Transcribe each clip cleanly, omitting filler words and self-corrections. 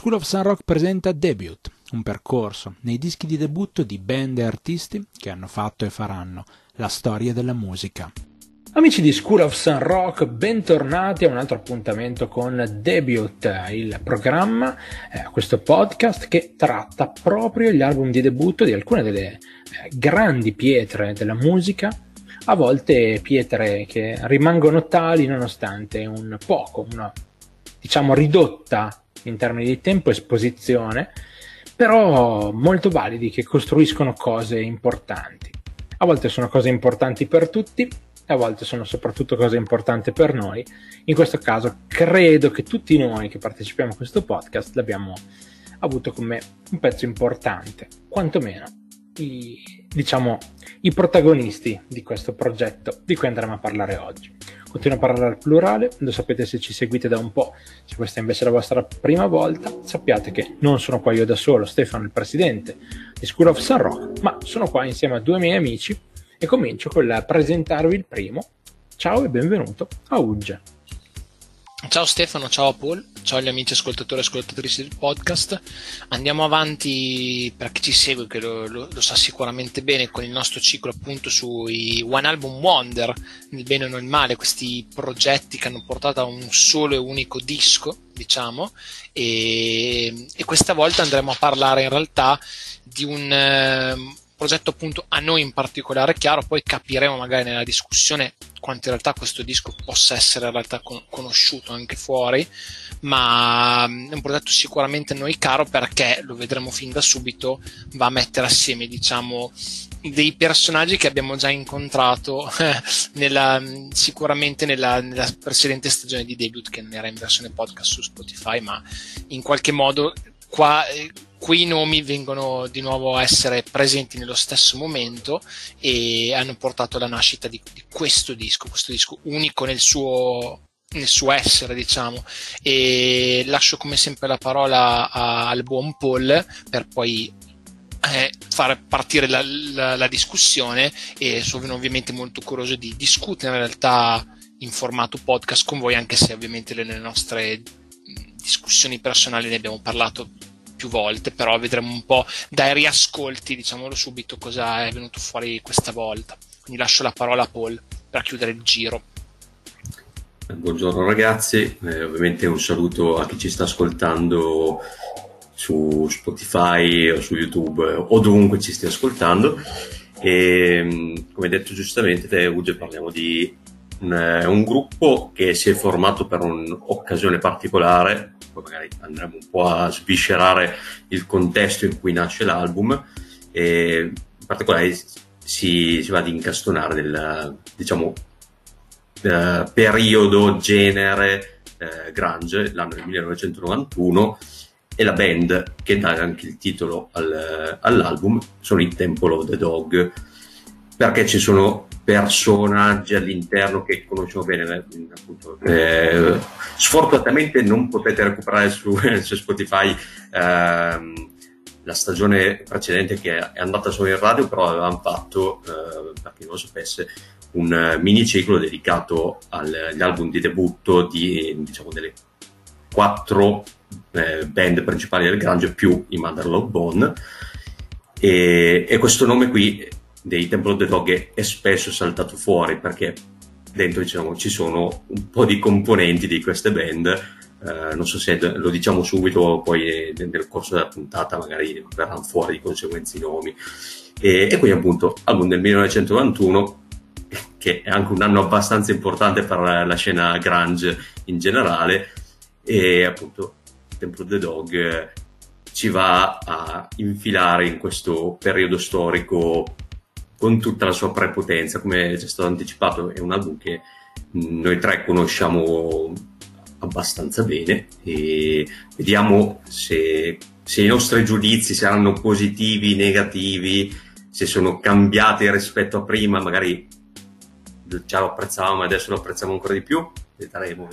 School of Sun Rock presenta Debut, un percorso nei dischi di debutto di band e artisti che hanno fatto e faranno la storia della musica. Amici di School of Sun Rock, bentornati a un altro appuntamento con Debut, il programma, questo podcast che tratta proprio gli album di debutto di alcune delle grandi pietre della musica, a volte pietre che rimangono tali nonostante una diciamo ridotta in termini di tempo esposizione, però molto validi, che costruiscono cose importanti. A volte sono cose importanti per tutti, a volte sono soprattutto cose importanti per noi. In questo caso credo che tutti noi che partecipiamo a questo podcast l'abbiamo avuto come un pezzo importante, quantomeno i protagonisti di questo progetto di cui andremo a parlare oggi. Continuo a parlare al plurale, lo sapete se ci seguite da un po'. Se questa invece è la vostra prima volta, sappiate che non sono qua io da solo, Stefano, il presidente di School of Sun Rock, ma sono qua insieme a due miei amici e comincio col presentarvi il primo. Ciao e benvenuto a Uggia. Ciao Stefano, ciao a Paul, ciao agli amici ascoltatori e ascoltatrici del podcast. Andiamo avanti, per chi ci segue che lo sa sicuramente bene, con il nostro ciclo appunto sui One Album Wonder, nel bene o nel male, questi progetti che hanno portato a un solo e unico disco, diciamo, e questa volta andremo a parlare in realtà di un progetto appunto a noi in particolare chiaro, poi capiremo magari nella discussione quanto in realtà questo disco possa essere in realtà conosciuto anche fuori, ma è un progetto sicuramente a noi caro perché, lo vedremo fin da subito, va a mettere assieme, diciamo, dei personaggi che abbiamo già incontrato sicuramente nella precedente stagione di Debut, che non era in versione podcast su Spotify, ma in qualche modo quei nomi vengono di nuovo a essere presenti nello stesso momento e hanno portato alla nascita di questo disco unico nel suo essere, diciamo. E lascio come sempre la parola al buon Paul per poi fare partire la discussione, e sono ovviamente molto curioso di discutere in realtà in formato podcast con voi, anche se ovviamente nelle nostre discussioni personali ne abbiamo parlato più volte, però vedremo un po' dai riascolti, diciamolo subito, cosa è venuto fuori questa volta. Quindi lascio la parola a Paul per chiudere il giro. Buongiorno ragazzi, ovviamente un saluto a chi ci sta ascoltando su Spotify o su YouTube o dovunque ci stia ascoltando, e come detto giustamente oggi parliamo di un gruppo che si è formato per un'occasione particolare. Poi magari andremo un po' a sviscerare il contesto in cui nasce l'album, e in particolare si va ad incastonare nel, diciamo, periodo genere grunge, l'anno del 1991, e la band che dà anche il titolo all'album sono i Temple of the Dog, perché ci sono personaggi all'interno che conosciamo bene, appunto. Sfortunatamente non potete recuperare su Spotify la stagione precedente, che è andata solo in radio, però avevamo fatto, per chi non lo sapesse, un miniciclo dedicato agli album di debutto diciamo delle 4 band principali del grunge più i Mother Love Bone, e questo nome qui dei Temple of the Dog è spesso saltato fuori perché dentro, diciamo, ci sono un po' di componenti di queste band. Non so se lo diciamo subito o poi nel corso della puntata magari verranno fuori di conseguenza i nomi, e quindi appunto album del 1991, che è anche un anno abbastanza importante per la scena grunge in generale, e appunto Temple of the Dog ci va a infilare in questo periodo storico con tutta la sua prepotenza. Come è già stato anticipato, è un album che noi tre conosciamo abbastanza bene, e vediamo se i nostri giudizi saranno positivi, negativi, se sono cambiati rispetto a prima. Magari già lo apprezzavamo ma adesso lo apprezziamo ancora di più. Vedremo.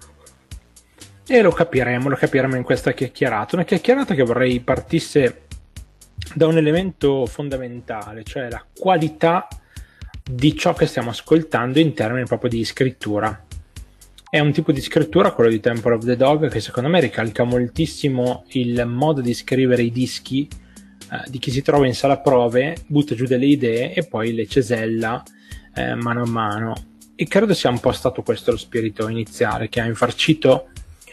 E lo capiremo in questa chiacchierata, una chiacchierata che vorrei partisse da un elemento fondamentale, cioè la qualità di ciò che stiamo ascoltando in termini proprio di scrittura. È un tipo di scrittura, quello di Temple of the Dog, che secondo me ricalca moltissimo il modo di scrivere i dischi di chi si trova in sala prove, butta giù delle idee e poi le cesella mano a mano. E credo sia un po' stato questo lo spirito iniziale, che ha infarcito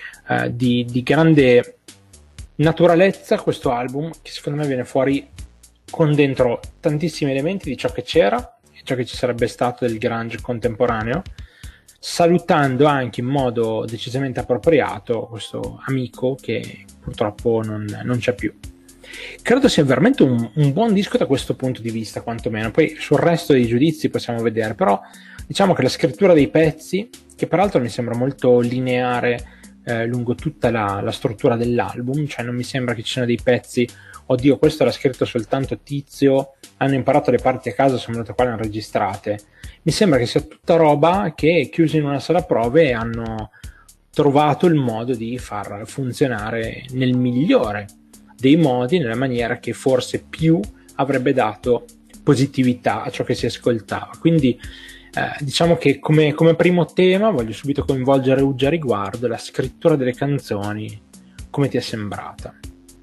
di grande naturalezza questo album, che secondo me viene fuori con dentro tantissimi elementi di ciò che c'era e ciò che ci sarebbe stato del grunge contemporaneo, salutando anche in modo decisamente appropriato questo amico che purtroppo non c'è più. Credo sia veramente un buon disco da questo punto di vista, quantomeno. Poi sul resto dei giudizi possiamo vedere, però diciamo che la scrittura dei pezzi, che peraltro mi sembra molto lineare lungo tutta la struttura dell'album, cioè non mi sembra che ci siano dei pezzi, oddio questo l'ha scritto soltanto Tizio, hanno imparato le parti a casa, sono venute qua e le hanno registrate. Mi sembra che sia tutta roba che chiusi in una sala prove hanno trovato il modo di far funzionare nel migliore dei modi, nella maniera che forse più avrebbe dato positività a ciò che si ascoltava. Quindi diciamo che come primo tema voglio subito coinvolgere Uggia a riguardo, la scrittura delle canzoni, come ti è sembrata?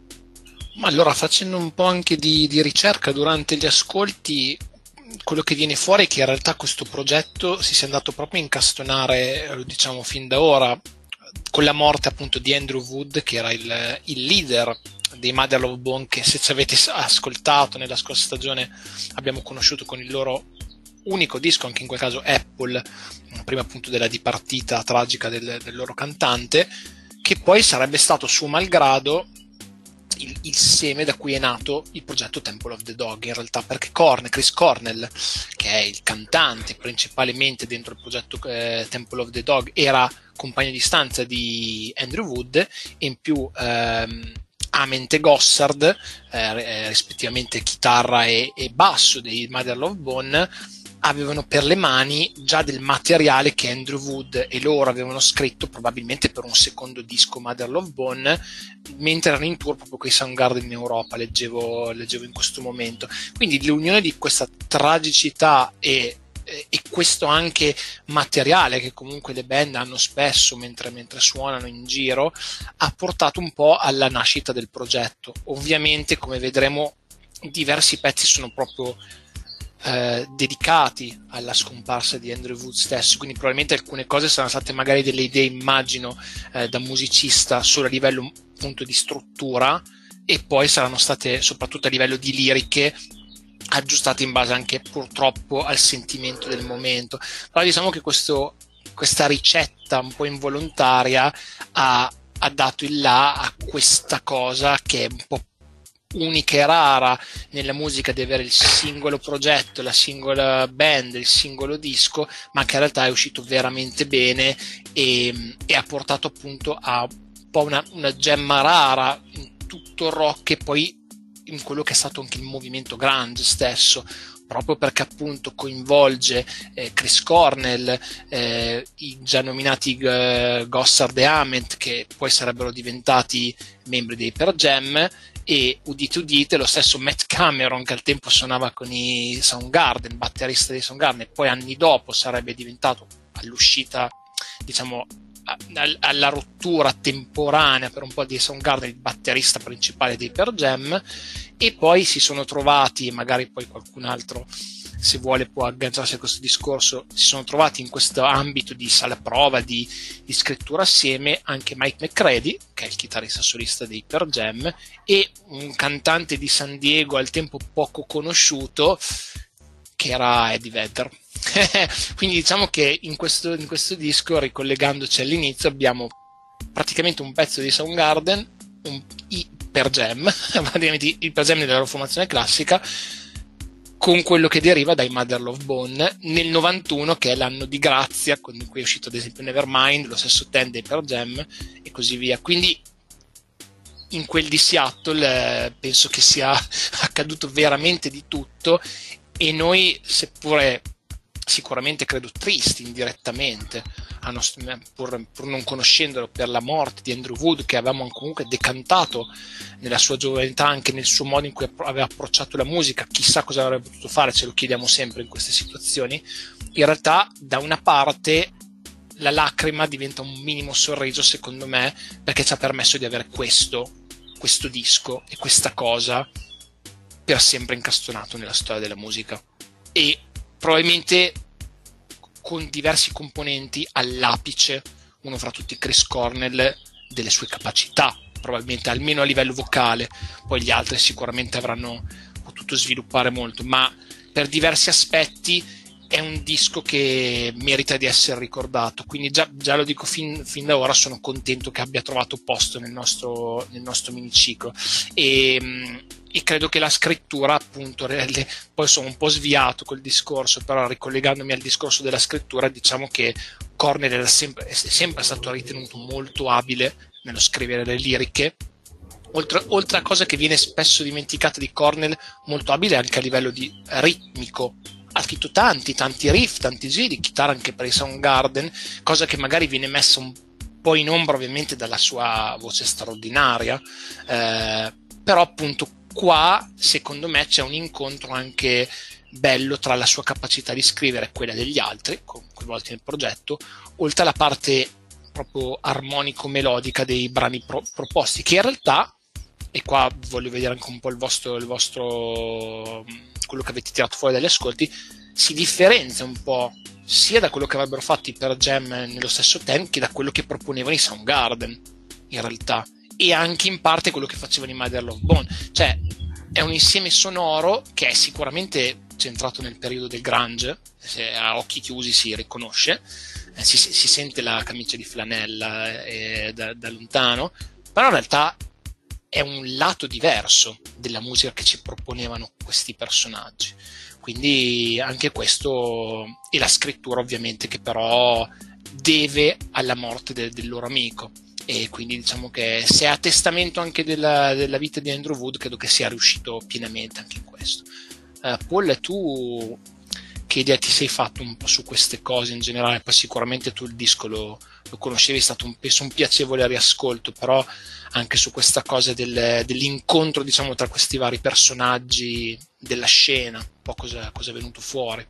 Ma allora, facendo un po' anche di ricerca durante gli ascolti, quello che viene fuori è che in realtà questo progetto si sia andato proprio a incastonare, lo diciamo fin da ora, con la morte appunto di Andrew Wood, che era il leader dei Mother Love Bone, che se ci avete ascoltato nella scorsa stagione abbiamo conosciuto con il loro unico disco, anche in quel caso Apple, prima appunto della dipartita tragica del loro cantante, che poi sarebbe stato suo malgrado il seme da cui è nato il progetto Temple of the Dog, in realtà, perché Chris Cornell, che è il cantante principalmente dentro il progetto Temple of the Dog, era compagno di stanza di Andrew Wood, e in più Ament e Gossard, rispettivamente chitarra e basso dei Mother Love Bone, avevano per le mani già del materiale che Andrew Wood e loro avevano scritto probabilmente per un secondo disco Mother Love Bone, mentre erano in tour proprio con i Soundgarden in Europa, leggevo in questo momento. Quindi l'unione di questa tragicità e questo anche materiale che comunque le band hanno spesso mentre suonano in giro ha portato un po' alla nascita del progetto. Ovviamente, come vedremo, diversi pezzi sono proprio dedicati alla scomparsa di Andrew Wood stesso, quindi probabilmente alcune cose saranno state magari delle idee, immagino, da musicista solo a livello appunto di struttura, e poi saranno state soprattutto a livello di liriche aggiustate in base anche purtroppo al sentimento del momento. Però diciamo che questa ricetta un po' involontaria ha dato il là a questa cosa che è un po' unica e rara nella musica, di avere il singolo progetto, la singola band, il singolo disco, ma che in realtà è uscito veramente bene e ha portato appunto a un po' una gemma rara in tutto il rock e poi in quello che è stato anche il movimento grunge stesso, proprio perché appunto coinvolge Chris Cornell, i già nominati Gossard e Ament, che poi sarebbero diventati membri dei Pearl Jam, e udite lo stesso Matt Cameron, che al tempo suonava con i Soundgarden, batterista dei Soundgarden, e poi anni dopo sarebbe diventato, all'uscita, diciamo alla rottura temporanea per un po' di Soundgarden, il batterista principale dei Pearl Jam. E poi si sono trovati, magari poi qualcun altro se vuole può agganciarsi a questo discorso, si sono trovati in questo ambito di sala prova, di scrittura assieme, anche Mike McCready, che è il chitarrista solista dei Pearl Jam, e un cantante di San Diego al tempo poco conosciuto, che era Eddie Vedder. Quindi diciamo che in questo disco, ricollegandoci all'inizio, abbiamo praticamente un pezzo di Soundgarden, i Pearl Jam, praticamente i Pearl Jam nella loro formazione classica, con quello che deriva dai Mother Love Bone nel 91, che è l'anno di grazia con cui è uscito ad esempio Nevermind, lo stesso Ten dei Pearl Jam e così via. Quindi in quel di Seattle penso che sia accaduto veramente di tutto, e noi, seppure sicuramente credo tristi indirettamente, pur non conoscendolo, per la morte di Andrew Wood, che avevamo comunque decantato nella sua gioventù, anche nel suo modo in cui aveva approcciato la musica, chissà cosa avrebbe potuto fare, ce lo chiediamo sempre in queste situazioni. In realtà da una parte la lacrima diventa un minimo sorriso, secondo me, perché ci ha permesso di avere questo disco e questa cosa per sempre incastonato nella storia della musica, e probabilmente con diversi componenti all'apice, uno fra tutti Chris Cornell, delle sue capacità, probabilmente almeno a livello vocale. Poi gli altri sicuramente avranno potuto sviluppare molto, ma per diversi aspetti è un disco che merita di essere ricordato, quindi già lo dico fin da ora, sono contento che abbia trovato posto nel nostro miniciclo, e credo che la scrittura, appunto, poi sono un po' sviato col discorso, però ricollegandomi al discorso della scrittura, diciamo che Cornell è sempre stato ritenuto molto abile nello scrivere le liriche. Oltre a cosa che viene spesso dimenticata di Cornell, molto abile anche a livello di ritmico. Ha scritto tanti riff, tanti giri di chitarra anche per i Soundgarden, cosa che magari viene messa un po' in ombra ovviamente dalla sua voce straordinaria, però appunto qua secondo me c'è un incontro anche bello tra la sua capacità di scrivere e quella degli altri coinvolti nel progetto, oltre alla parte proprio armonico-melodica dei brani proposti, che in realtà, e qua voglio vedere anche un po' il vostro quello che avete tirato fuori dagli ascolti, si differenzia un po' sia da quello che avrebbero fatto i Pearl Jam nello stesso tempo che da quello che proponevano i Soundgarden in realtà, e anche in parte quello che facevano i Mother Love Bone. Cioè è un insieme sonoro che è sicuramente centrato nel periodo del grunge, se a occhi chiusi si riconosce, si sente la camicia di flanella da lontano, però in realtà è un lato diverso della musica che ci proponevano questi personaggi. Quindi anche questo, e la scrittura ovviamente, che però deve alla morte del loro amico, e quindi diciamo che se è attestamento anche della vita di Andrew Wood, credo che sia riuscito pienamente anche in questo. Paul, tu che idea ti sei fatto un po' su queste cose in generale? Poi sicuramente tu il disco lo conoscevi, è stato un piacevole riascolto, però anche su questa cosa dell'incontro, diciamo, tra questi vari personaggi della scena, un po' cosa è venuto fuori.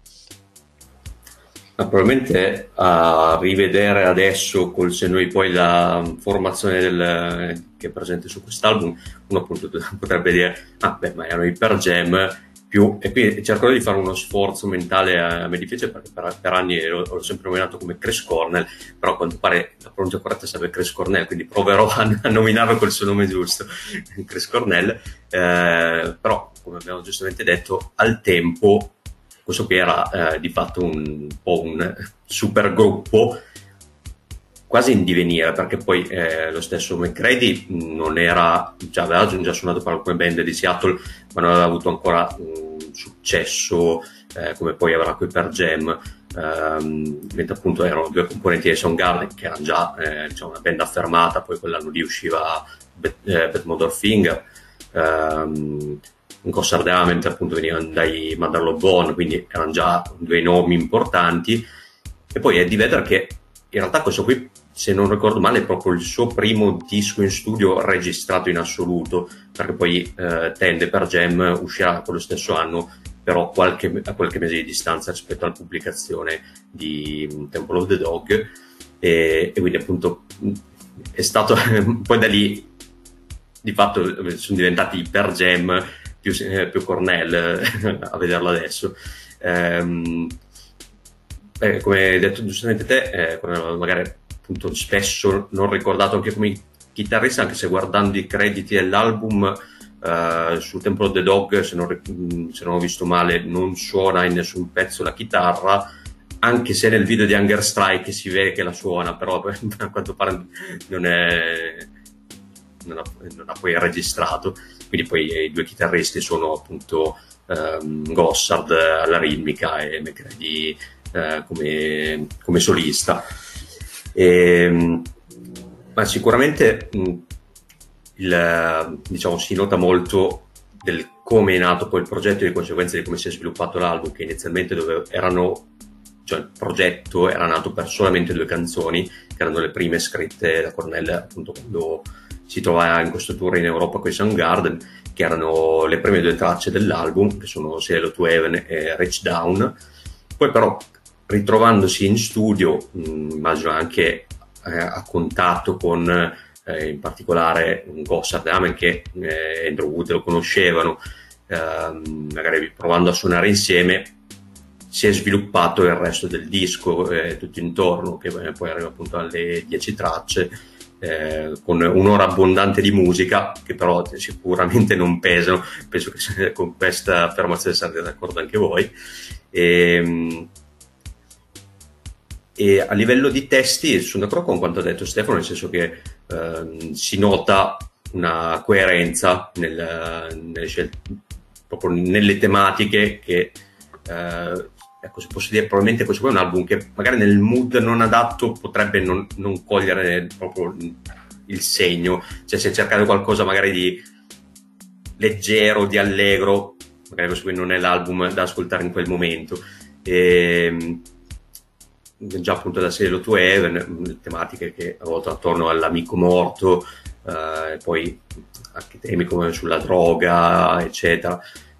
Probabilmente a rivedere adesso col senno di poi la formazione che è presente su quest'album, uno appunto potrebbe dire ma erano i Pearl Jam più, e qui cerco di fare uno sforzo mentale a me difficile, perché per anni l'ho sempre nominato come Chris Cornell, però a quanto pare la pronuncia corretta sarebbe Chris Cornell, quindi proverò a nominarlo col suo nome giusto, Chris Cornell, però come abbiamo giustamente detto al tempo questo qui era di fatto un po' un super gruppo quasi in divenire, perché poi lo stesso McCready non era, aveva già suonato per alcune band di Seattle, ma non aveva avuto ancora un successo come poi avrà qui per Jam, mentre appunto erano due componenti dei Soundgarden che erano già una band affermata. Poi quell'anno lì usciva Bad Motor Finger, in Gossard Element appunto venivano dai Mother Love Bone, quindi erano già due nomi importanti. E poi è di vedere che in realtà questo qui, se non ricordo male, è proprio il suo primo disco in studio registrato in assoluto, perché poi Tende per Jam uscirà quello stesso anno, però a qualche mese di distanza rispetto alla pubblicazione di Temple of the Dog, e quindi appunto è stato poi da lì di fatto sono diventati i Pearl Jam più Cornell a vederlo adesso. Come hai detto giustamente te, magari appunto spesso non ricordato anche come chitarrista, anche se guardando i crediti dell'album su Temple of the Dog, se non ho visto male, non suona in nessun pezzo la chitarra, anche se nel video di Hunger Strike si vede che la suona, però a quanto pare non ha poi registrato. Quindi poi i due chitarristi sono appunto Gossard alla ritmica e McCready come solista. Ma sicuramente diciamo si nota molto del come è nato poi il progetto e di conseguenza di come si è sviluppato l'album, che inizialmente il progetto era nato per solamente 2 canzoni, che erano le prime scritte da Cornell appunto quando si trovava in questo tour in Europa con i Soundgarden, che erano le prime 2 tracce dell'album, che sono Sail to Heaven e Reach Down. Poi però ritrovandosi in studio, immagino anche a contatto con in particolare Gossard e Amell, che Andrew Wood lo conoscevano, magari provando a suonare insieme, si è sviluppato il resto del disco tutto intorno, che poi arriva appunto alle 10 tracce, con un'ora abbondante di musica, che però sicuramente non pesano. Penso che con questa affermazione sarete d'accordo anche voi. E a livello di testi sono d'accordo con quanto ha detto Stefano, nel senso che si nota una coerenza nelle scelte, proprio nelle tematiche, che ecco, se posso dire, probabilmente questo qui è un album che magari nel mood non adatto potrebbe non cogliere proprio il segno, cioè se cercate qualcosa magari di leggero, di allegro, magari questo qui non è l'album da ascoltare in quel momento. Già appunto da Sail to Heaven, tematiche che ruotano attorno all'amico morto, e poi anche temi come sulla droga, eccetera.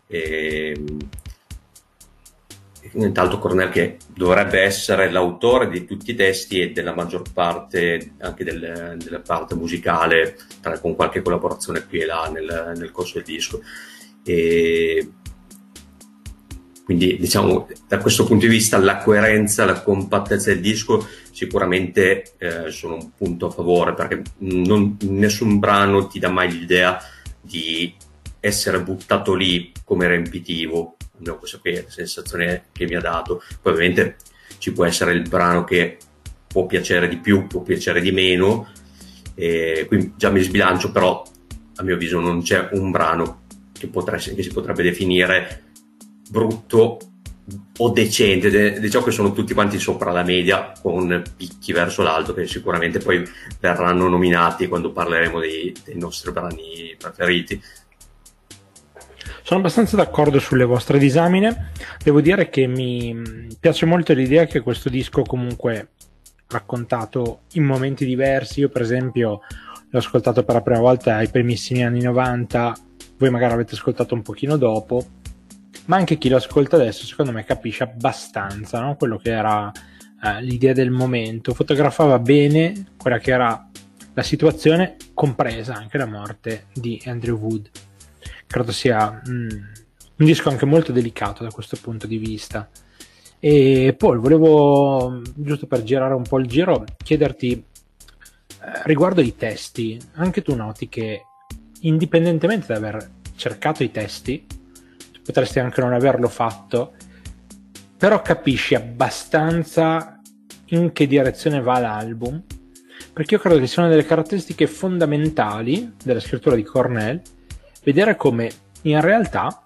Intanto Cornell, che dovrebbe essere l'autore di tutti i testi e della maggior parte anche della parte musicale, con qualche collaborazione qui e là nel corso del disco. Quindi diciamo, da questo punto di vista, la coerenza, la compattezza del disco sicuramente sono un punto a favore, perché nessun brano ti dà mai l'idea di essere buttato lì come riempitivo. No, questa qui è la sensazione che mi ha dato. Poi ovviamente ci può essere il brano che può piacere di più, può piacere di meno, e quindi già mi sbilancio, però a mio avviso non c'è un brano che si potrebbe definire brutto o decente. Diciamo che sono tutti quanti sopra la media, con picchi verso l'alto che sicuramente poi verranno nominati quando parleremo dei nostri brani preferiti. Sono abbastanza d'accordo sulle vostre disamine. Devo dire che mi piace molto l'idea che questo disco comunque raccontato in momenti diversi. Io per esempio l'ho ascoltato per la prima volta ai primissimi anni 90, voi magari avete ascoltato un pochino dopo, ma anche chi lo ascolta adesso secondo me capisce abbastanza, no? Quello che era l'idea del momento, fotografava bene quella che era la situazione, compresa anche la morte di Andrew Wood. Credo sia un disco anche molto delicato da questo punto di vista. E poi volevo, giusto per girare un po' il giro, chiederti riguardo i testi. Anche tu noti che indipendentemente da aver cercato i testi, potresti anche non averlo fatto, però capisci abbastanza in che direzione va l'album, perché io credo che sia una delle caratteristiche fondamentali della scrittura di Cornell, vedere come in realtà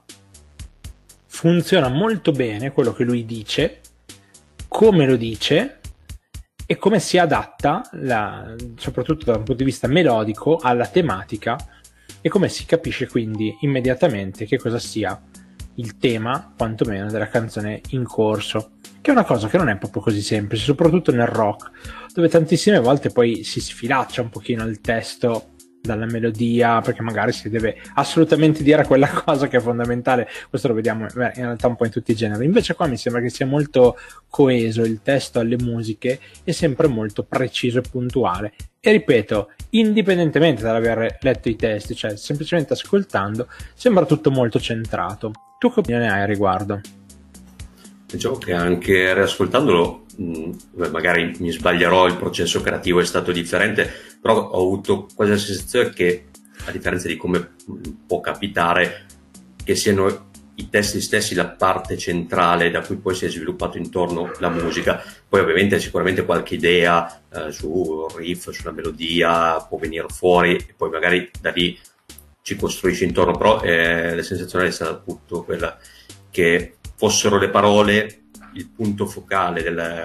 funziona molto bene quello che lui dice, come lo dice e come si adatta, soprattutto da un punto di vista melodico, alla tematica, e come si capisce quindi immediatamente che cosa sia il tema, quantomeno, della canzone in corso, che è una cosa che non è proprio così semplice, soprattutto nel rock, dove tantissime volte poi si sfilaccia un pochino il testo dalla melodia, perché magari si deve assolutamente dire quella cosa che è fondamentale. Questo lo vediamo in realtà un po' in tutti i generi. Invece qua mi sembra che sia molto coeso il testo alle musiche, e sempre molto preciso e puntuale, e ripeto, indipendentemente dall'aver letto i testi, cioè semplicemente ascoltando, sembra tutto molto centrato. Tu che opinione hai a riguardo? Diciamo che anche riascoltandolo, magari mi sbaglierò, il processo creativo è stato differente, però ho avuto quasi la sensazione che, a differenza di come può capitare, che siano i testi stessi la parte centrale da cui poi si è sviluppato intorno la musica. Poi ovviamente sicuramente qualche idea su riff, sulla melodia può venire fuori, e poi magari da lì ci costruisci intorno, però la sensazione è stata appunto quella che fossero le parole il punto focale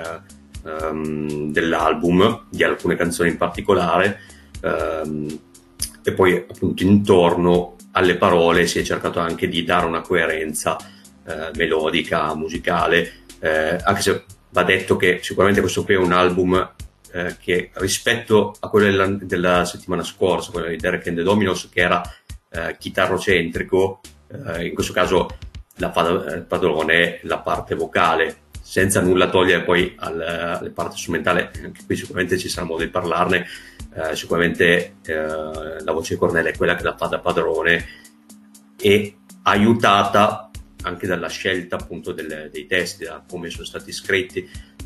dell'album, di alcune canzoni in particolare, e poi appunto intorno alle parole si è cercato anche di dare una coerenza melodica, musicale, anche se va detto che sicuramente questo qui è un album che, rispetto a quello della settimana scorsa, quello di Derek and the Dominos, che era chitarrocentrico, in questo caso la padrone, la parte vocale, senza nulla togliere poi alle parti strumentali, anche qui sicuramente ci sarà modo di parlarne. Sicuramente la voce di Cornell è quella che la fa da padrone, e aiutata anche dalla scelta appunto dei testi, da come sono stati scritti.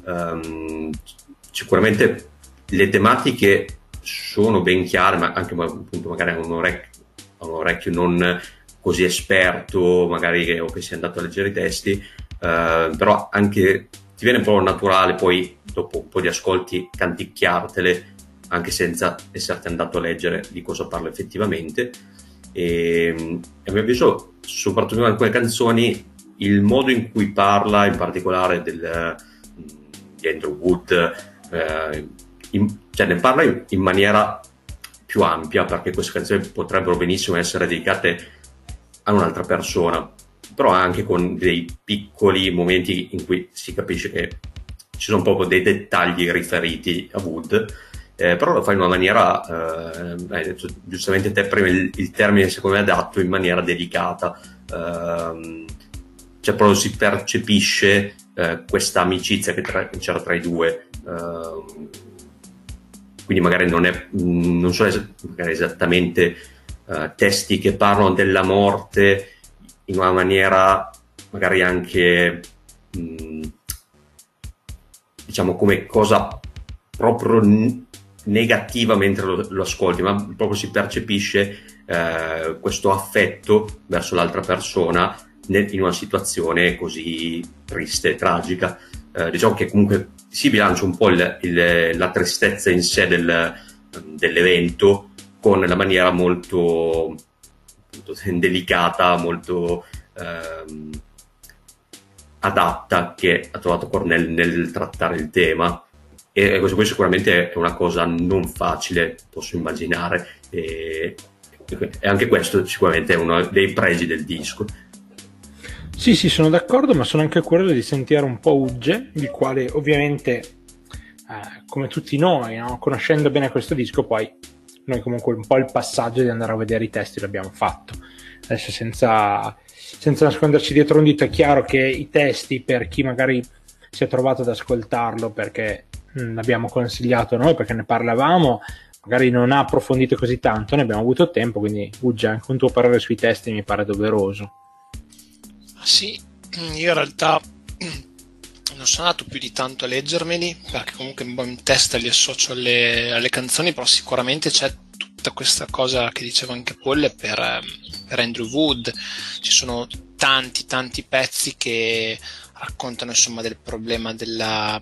Sicuramente le tematiche sono ben chiare, ma anche appunto magari a un orecchio non così esperto, magari o che sia andato a leggere i testi, però anche ti viene un po' naturale poi dopo un po' di ascolti canticchiartele anche senza esserti andato a leggere di cosa parla effettivamente. E a mio avviso, soprattutto in alcune canzoni, il modo in cui parla, in particolare di Andrew Wood, cioè ne parla in maniera più ampia, perché queste canzoni potrebbero benissimo essere dedicate a un'altra persona, però anche con dei piccoli momenti in cui si capisce che ci sono proprio dei dettagli riferiti a Wood, però lo fa in una maniera, hai detto giustamente te prima il termine secondo me adatto, in maniera delicata, cioè proprio si percepisce questa amicizia che c'era tra i due, quindi magari non sono magari esattamente testi che parlano della morte in una maniera magari anche diciamo come cosa proprio negativa mentre lo ascolti, ma proprio si percepisce questo affetto verso l'altra persona in una situazione così triste e tragica. Diciamo che comunque si bilancia un po' la tristezza in sé dell'evento con la maniera molto delicata, molto adatta che ha trovato Cornell nel trattare il tema, e questo sicuramente è una cosa non facile, posso immaginare, e anche questo sicuramente è uno dei pregi del disco. Sì, sono d'accordo, ma sono anche curioso di sentire un po' Ugge, il quale ovviamente, come tutti noi, no? Conoscendo bene questo disco, poi noi comunque un po' il passaggio di andare a vedere i testi l'abbiamo fatto. Adesso senza nasconderci dietro un dito, è chiaro che i testi, per chi magari si è trovato ad ascoltarlo perché l'abbiamo consigliato noi, perché ne parlavamo, magari non ha approfondito così tanto, ne abbiamo avuto tempo, quindi Ugge, anche un tuo parere sui testi mi pare doveroso. Sì, io in realtà non sono andato più di tanto a leggermeli, perché comunque in testa li associo alle canzoni, però sicuramente c'è tutta questa cosa che diceva anche Paul per Andrew Wood. Ci sono tanti pezzi che raccontano insomma del problema del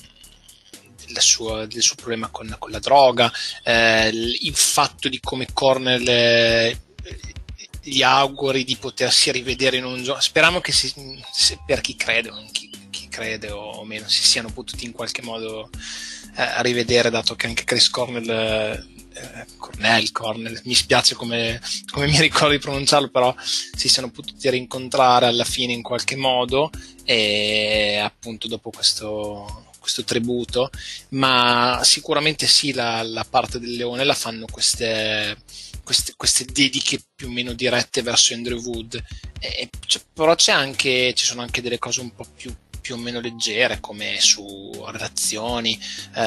suo problema con la droga, il fatto di come Cornell gli auguri di potersi rivedere in un gioco. Speriamo che per chi crede chi crede o meno si siano potuti in qualche modo rivedere, dato che anche Chris Cornell, mi spiace come mi ricordo di pronunciarlo, però si siano potuti rincontrare alla fine in qualche modo, e appunto dopo questo tributo. Ma sicuramente sì, la parte del leone la fanno queste dediche più o meno dirette verso Andrew Wood, però ci sono anche delle cose un po' più o meno leggere, come su relazioni,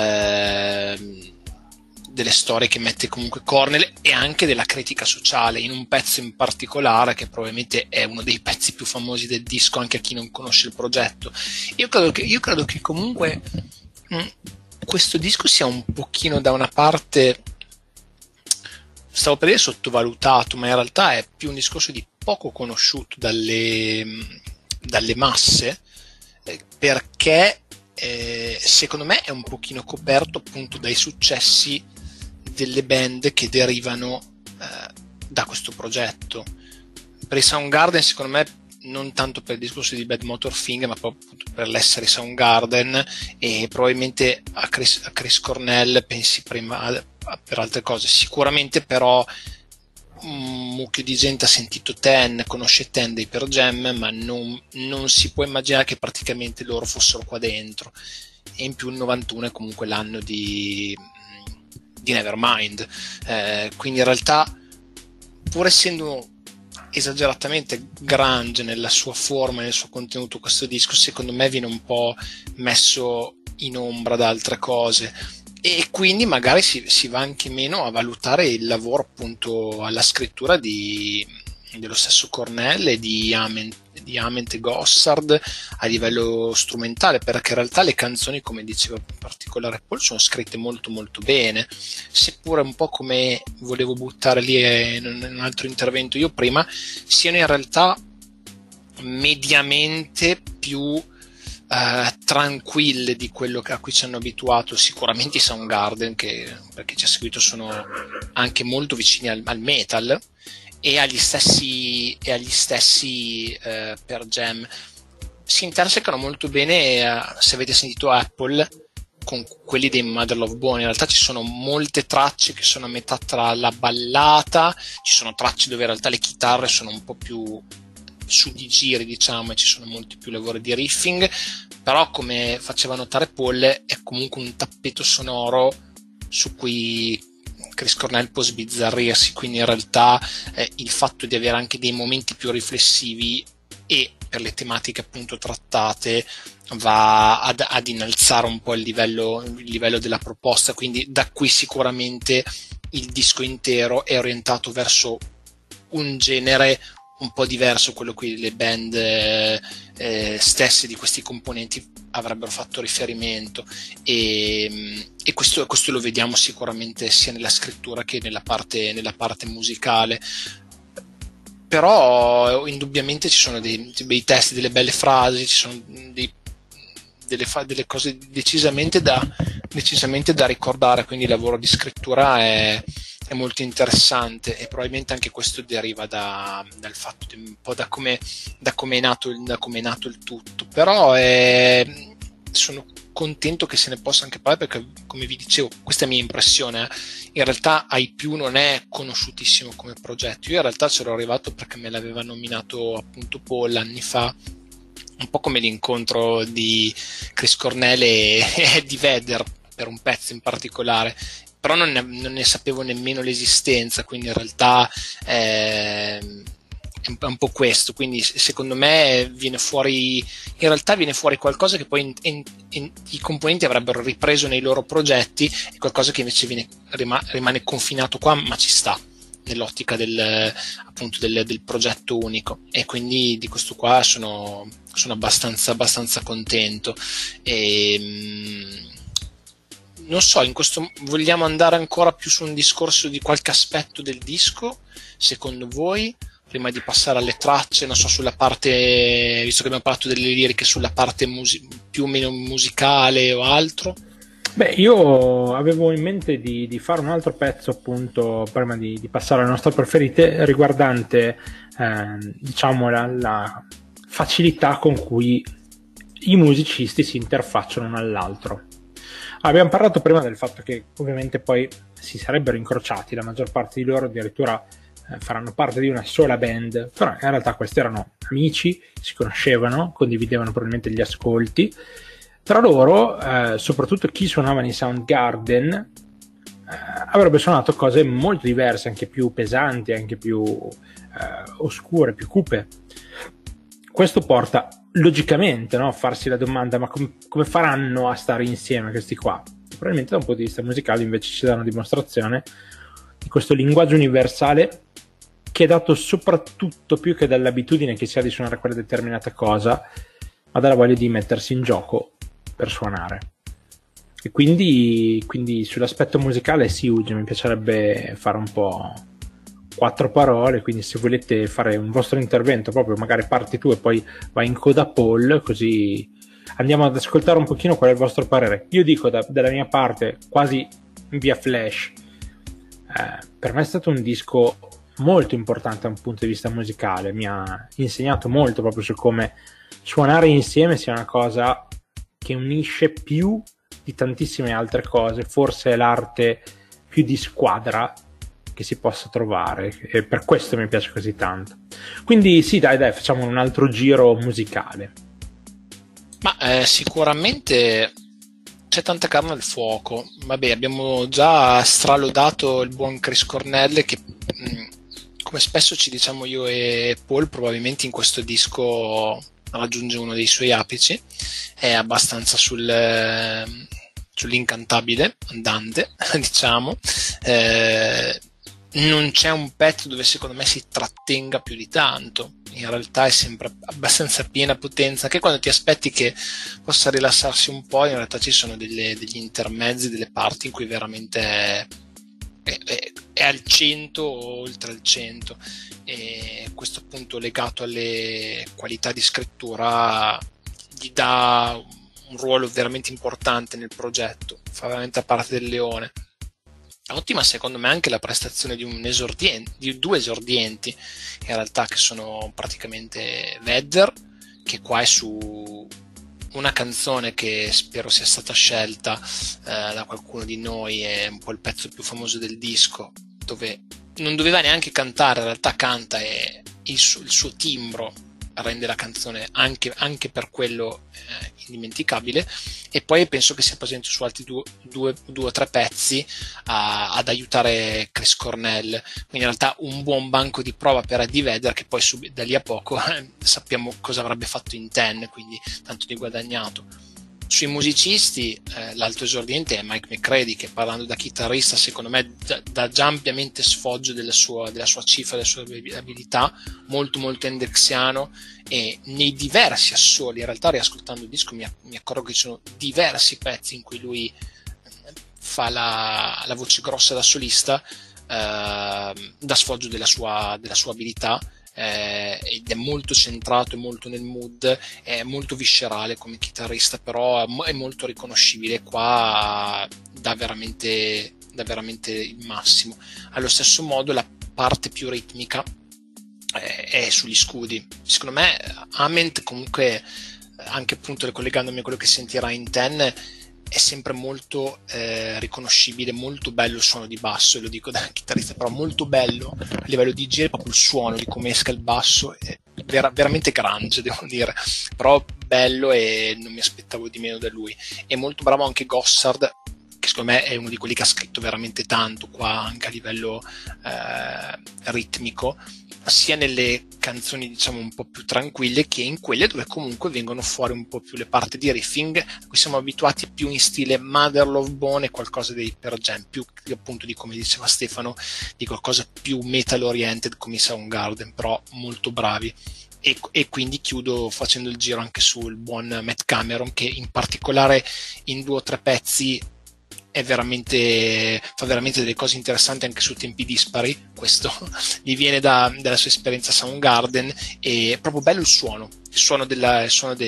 delle storie che mette comunque Cornell, e anche della critica sociale in un pezzo in particolare che probabilmente è uno dei pezzi più famosi del disco anche a chi non conosce il progetto. Io credo che comunque questo disco sia un pochino, da una parte, stavo per dire sottovalutato, ma in realtà è più un discorso di poco conosciuto dalle masse, perché secondo me è un pochino coperto appunto dai successi delle band che derivano da questo progetto. Per i Soundgarden, secondo me, non tanto per il discorso di Bad Motor Finger, ma proprio per l'essere Soundgarden, e probabilmente a Chris Cornell pensi prima per altre cose. Sicuramente però un mucchio di gente ha sentito Ten, conosce Ten dei Pearl Jam, ma non si può immaginare che praticamente loro fossero qua dentro. E in più il 91 è comunque l'anno di Nevermind, quindi in realtà, pur essendo esageratamente grunge nella sua forma, nel suo contenuto. Questo disco secondo me viene un po' messo in ombra da altre cose, e quindi magari si va anche meno a valutare il lavoro appunto alla scrittura dello stesso Cornell e di Ament e Gossard a livello strumentale, perché in realtà le canzoni, come diceva in particolare Paul, sono scritte molto molto bene, seppure un po', come volevo buttare lì in un altro intervento io prima, siano in realtà mediamente più tranquille di quello a cui ci hanno abituato sicuramente i Soundgarden, che per chi ci ha seguito sono anche molto vicini al metal, e agli stessi Pearl Jam. Si intersecano molto bene, se avete sentito Apple, con quelli dei Mother Love Bone. In realtà ci sono molte tracce che sono a metà tra la ballata, ci sono tracce dove in realtà le chitarre sono un po' più su di giri, diciamo, e ci sono molti più lavori di riffing, però come faceva notare Paul è comunque un tappeto sonoro su cui Chris Cornell può sbizzarrirsi, quindi in realtà il fatto di avere anche dei momenti più riflessivi e per le tematiche appunto trattate va ad innalzare un po' il livello della proposta, quindi da qui sicuramente il disco intero è orientato verso un genere un po' diverso, quello cui le band stesse di questi componenti avrebbero fatto riferimento, e questo lo vediamo sicuramente sia nella scrittura che nella parte musicale. Però indubbiamente ci sono dei bei testi, delle belle frasi, ci sono delle cose decisamente da ricordare, quindi il lavoro di scrittura è molto interessante, e probabilmente anche questo deriva dal fatto un po' da come è nato il tutto. Però sono contento che se ne possa anche parlare, perché come vi dicevo, questa è la mia impressione, in realtà I+, non è conosciutissimo come progetto. Io in realtà c'ero arrivato perché me l'aveva nominato appunto Paul anni fa, un po' come l'incontro di Chris Cornell e Eddie Vedder per un pezzo in particolare, però non ne sapevo nemmeno l'esistenza, quindi in realtà è un po' questo. Quindi secondo me viene fuori qualcosa che poi i componenti avrebbero ripreso nei loro progetti, e qualcosa che invece rimane confinato qua, ma ci sta nell'ottica del progetto unico, e quindi di questo qua sono abbastanza contento. Non so, in questo vogliamo andare ancora più su un discorso di qualche aspetto del disco, secondo voi, prima di passare alle tracce, non so, sulla parte, visto che abbiamo parlato delle liriche, sulla parte più o meno musicale o altro? Beh, io avevo in mente di fare un altro pezzo, appunto, prima di passare alle nostre preferite, riguardante diciamo la facilità con cui i musicisti si interfacciano l'un all'altro. Abbiamo parlato prima del fatto che ovviamente poi si sarebbero incrociati, la maggior parte di loro addirittura faranno parte di una sola band, però in realtà questi erano amici, si conoscevano, condividevano probabilmente gli ascolti. Tra loro, soprattutto chi suonava nei Soundgarden, avrebbe suonato cose molto diverse, anche più pesanti, anche più oscure, più cupe. Questo porta logicamente, no, a farsi la domanda: ma come faranno a stare insieme questi qua? Probabilmente da un punto di vista musicale invece ci dà una dimostrazione di questo linguaggio universale, che è dato soprattutto più che dall'abitudine che si ha di suonare quella determinata cosa, ma dalla voglia di mettersi in gioco per suonare. E quindi sull'aspetto musicale sì, Uge, mi piacerebbe fare un po' 4 parole, quindi se volete fare un vostro intervento, proprio magari parti tu e poi vai in coda Paul, così andiamo ad ascoltare un pochino qual è il vostro parere. Io dico dalla mia parte, quasi via flash, per me è stato un disco molto importante da un punto di vista musicale, mi ha insegnato molto proprio su come suonare insieme sia una cosa che unisce più di tantissime altre cose, forse è l'arte più di squadra che si possa trovare, e per questo mi piace così tanto. Quindi sì, dai, facciamo un altro giro musicale. Ma sicuramente c'è tanta carne al fuoco. Vabbè, abbiamo già stralodato il buon Chris Cornell, che come spesso ci diciamo io e Paul, probabilmente in questo disco raggiunge uno dei suoi apici, è abbastanza sull'incantabile andante, diciamo. Non c'è un pezzo dove secondo me si trattenga più di tanto, in realtà è sempre abbastanza piena potenza, anche quando ti aspetti che possa rilassarsi un po', in realtà ci sono degli intermezzi, delle parti in cui veramente è al 100 o oltre al 100, e questo appunto legato alle qualità di scrittura gli dà un ruolo veramente importante nel progetto, fa veramente parte del leone. Ottima secondo me anche la prestazione di due esordienti in realtà, che sono praticamente Vedder, che qua è su una canzone che spero sia stata scelta da qualcuno di noi, è un po' il pezzo più famoso del disco, dove non doveva neanche cantare, in realtà canta, e il suo timbro rende la canzone anche per quello indimenticabile. E poi penso che sia presente su altri due o tre pezzi ad aiutare Chris Cornell, quindi in realtà un buon banco di prova per Eddie Vedder, che poi da lì a poco sappiamo cosa avrebbe fatto in Ten, quindi tanto di guadagnato. Sui musicisti, l'alto esordiente è Mike McCready, che parlando da chitarrista secondo me dà già ampiamente sfoggio della sua cifra, delle sue abilità, molto molto endexiano, e nei diversi assoli, in realtà riascoltando il disco mi accorgo che ci sono diversi pezzi in cui lui fa la voce grossa da solista, dà sfoggio della sua abilità, ed è molto centrato, è molto nel mood, è molto viscerale come chitarrista, però è molto riconoscibile. Qua dà veramente il massimo. Allo stesso modo la parte più ritmica è sugli scudi. Secondo me Ament, comunque, anche appunto collegandomi a quello che sentirà in Ten, è sempre molto riconoscibile, molto bello il suono di basso, e lo dico da chitarrista, però molto bello a livello di giri, proprio il suono di come esca il basso, è veramente grunge, devo dire, però bello, e non mi aspettavo di meno da lui. È molto bravo anche Gossard, che secondo me è uno di quelli che ha scritto veramente tanto qua, anche a livello ritmico, sia nelle canzoni diciamo un po' più tranquille, che in quelle dove comunque vengono fuori un po' più le parti di riffing a cui siamo abituati più in stile Mother Love Bone e qualcosa dei Pearl Jam, più appunto di, come diceva Stefano, di qualcosa più metal oriented come i Soundgarden, però molto bravi. E quindi chiudo facendo il giro anche sul buon Matt Cameron, che in particolare in 2 o 3 pezzi fa veramente delle cose interessanti anche su tempi dispari. Questo gli viene dalla sua esperienza Soundgarden, e è proprio bello il suono della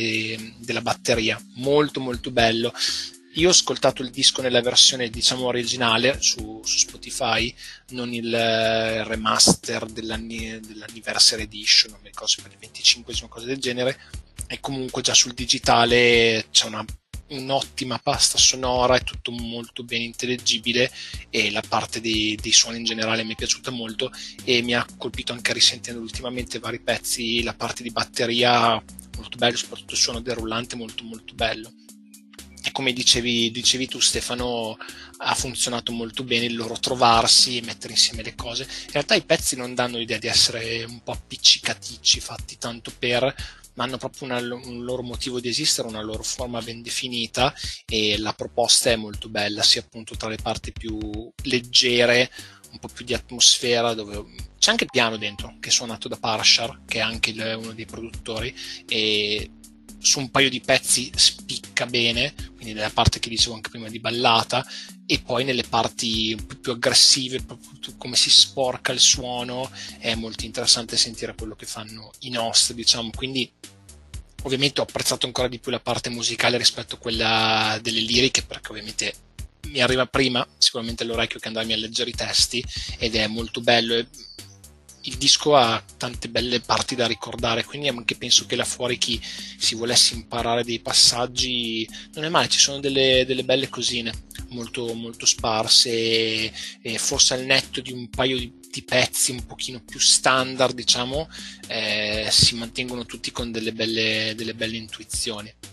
batteria, molto molto bello. Io ho ascoltato il disco nella versione diciamo originale su Spotify, non il remaster dell'anniversary edition, non mi ricordo se per il 25esimo, cose del genere, e comunque già sul digitale c'è un'ottima pasta sonora, è tutto molto ben intellegibile, e la parte dei suoni in generale mi è piaciuta molto, e mi ha colpito anche risentendo ultimamente vari pezzi, la parte di batteria molto bello, soprattutto il suono del rullante molto molto bello. E come dicevi tu Stefano, ha funzionato molto bene il loro trovarsi e mettere insieme le cose. In realtà i pezzi non danno l'idea di essere un po' appiccicaticci, fatti tanto per, ma hanno proprio un loro motivo di esistere, una loro forma ben definita, e la proposta è molto bella, sia appunto tra le parti più leggere, un po' più di atmosfera, dove c'è anche il piano dentro, che è suonato da Parashar, che è anche uno dei produttori, e su un paio di pezzi spicca bene, quindi nella parte che dicevo anche prima di ballata, e poi nelle parti un po' più aggressive, proprio come si sporca il suono, è molto interessante sentire quello che fanno i nostri, diciamo. Quindi ovviamente ho apprezzato ancora di più la parte musicale rispetto a quella delle liriche, perché ovviamente mi arriva prima sicuramente all'orecchio che andarmi a leggere i testi, ed è molto bello. Il disco ha tante belle parti da ricordare, quindi anche penso che là fuori chi si volesse imparare dei passaggi non è male, ci sono delle belle cosine molto molto sparse, e forse al netto di un paio di pezzi un pochino più standard, diciamo, si mantengono tutti con delle belle intuizioni.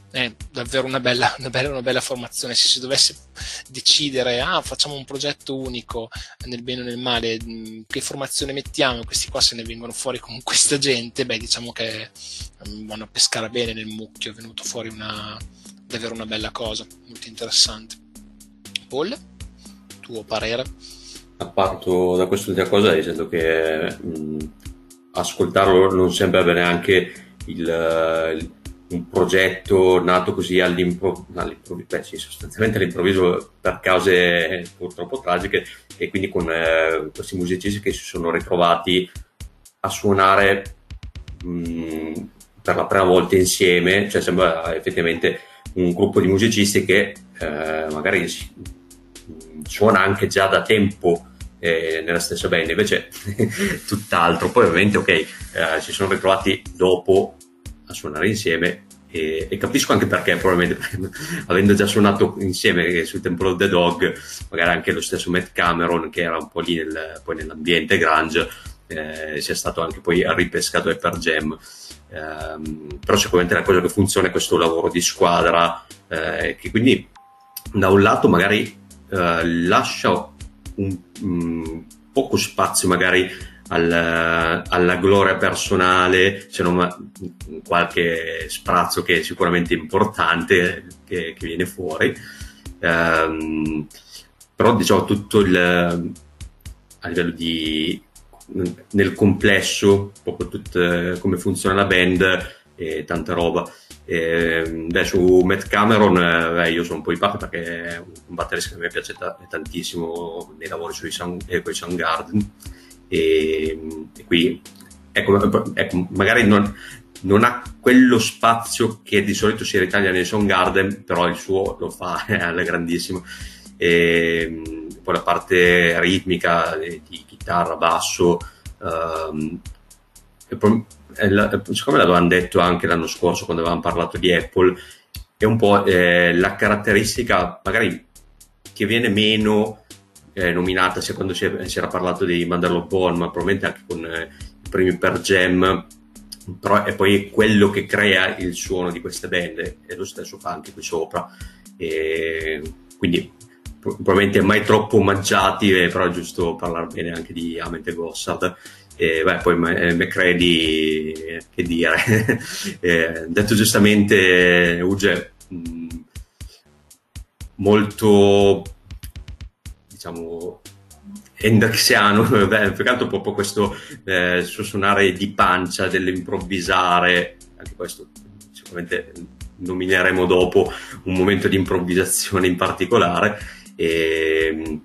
È davvero una bella formazione. Se si dovesse decidere, facciamo un progetto unico nel bene o nel male, che formazione mettiamo? Questi qua se ne vengono fuori con questa gente, diciamo che vanno a pescare bene nel mucchio. È venuto fuori davvero una bella cosa, molto interessante. Paul, tuo parere? Parto da quest'ultima cosa dicendo che ascoltarlo non sembra avere neanche un progetto nato così sostanzialmente all'improvviso per cause purtroppo tragiche, e quindi con questi musicisti che si sono ritrovati a suonare per la prima volta insieme, cioè sembra effettivamente un gruppo di musicisti che magari suona anche già da tempo nella stessa band, invece tutt'altro. Poi ovviamente si sono ritrovati dopo a suonare insieme, e capisco anche perché, probabilmente avendo già suonato insieme sul Temple of the Dog, magari anche lo stesso Matt Cameron, che era un po' lì poi nell'ambiente grunge, sia stato anche poi ripescato ai Pearl Jam. Però sicuramente la cosa che funziona è questo lavoro di squadra, che quindi da un lato magari lascia un poco spazio magari alla gloria personale, se non qualche sprazzo che è sicuramente importante che viene fuori, però diciamo tutto a livello nel complesso, proprio come funziona la band e tanta roba. Su Matt Cameron io sono un po' di parte, perché è un batterista che mi piace tantissimo nei lavori con i Soundgarden, e qui ecco, magari non ha quello spazio che di solito si ritaglia nei Soundgarden, però il suo lo fa alla grandissima. Poi la parte ritmica di chitarra, basso, siccome l'avevamo detto anche l'anno scorso quando avevamo parlato di Apple, è un po' la caratteristica magari che viene meno nominata, sia quando si era parlato di Mandela Ball, ma probabilmente anche con i primi Pearl Jam, però è poi quello che crea il suono di queste band, e lo stesso fa anche qui sopra, e quindi probabilmente mai troppo omaggiati, però è giusto parlare bene anche di Ament e Gossard. Poi McCready, che dire, detto giustamente Uge, molto, diciamo, endaxiano, più che altro proprio questo suo suonare di pancia, dell'improvvisare, anche questo sicuramente nomineremo dopo un momento di improvvisazione in particolare. E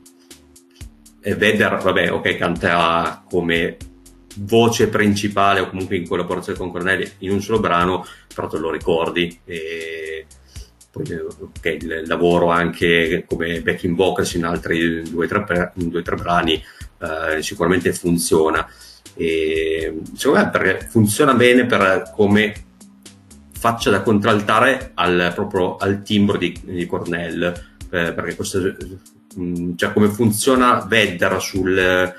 Vedder, canta come voce principale o comunque in collaborazione con Cornelli in un solo brano, però te lo ricordi. E poi il lavoro anche come backing vocals in altri 2-3 brani sicuramente funziona, e secondo me perché funziona bene per come faccia da contraltare proprio al timbro di Cornell, perché questo, cioè come funziona Vedder sul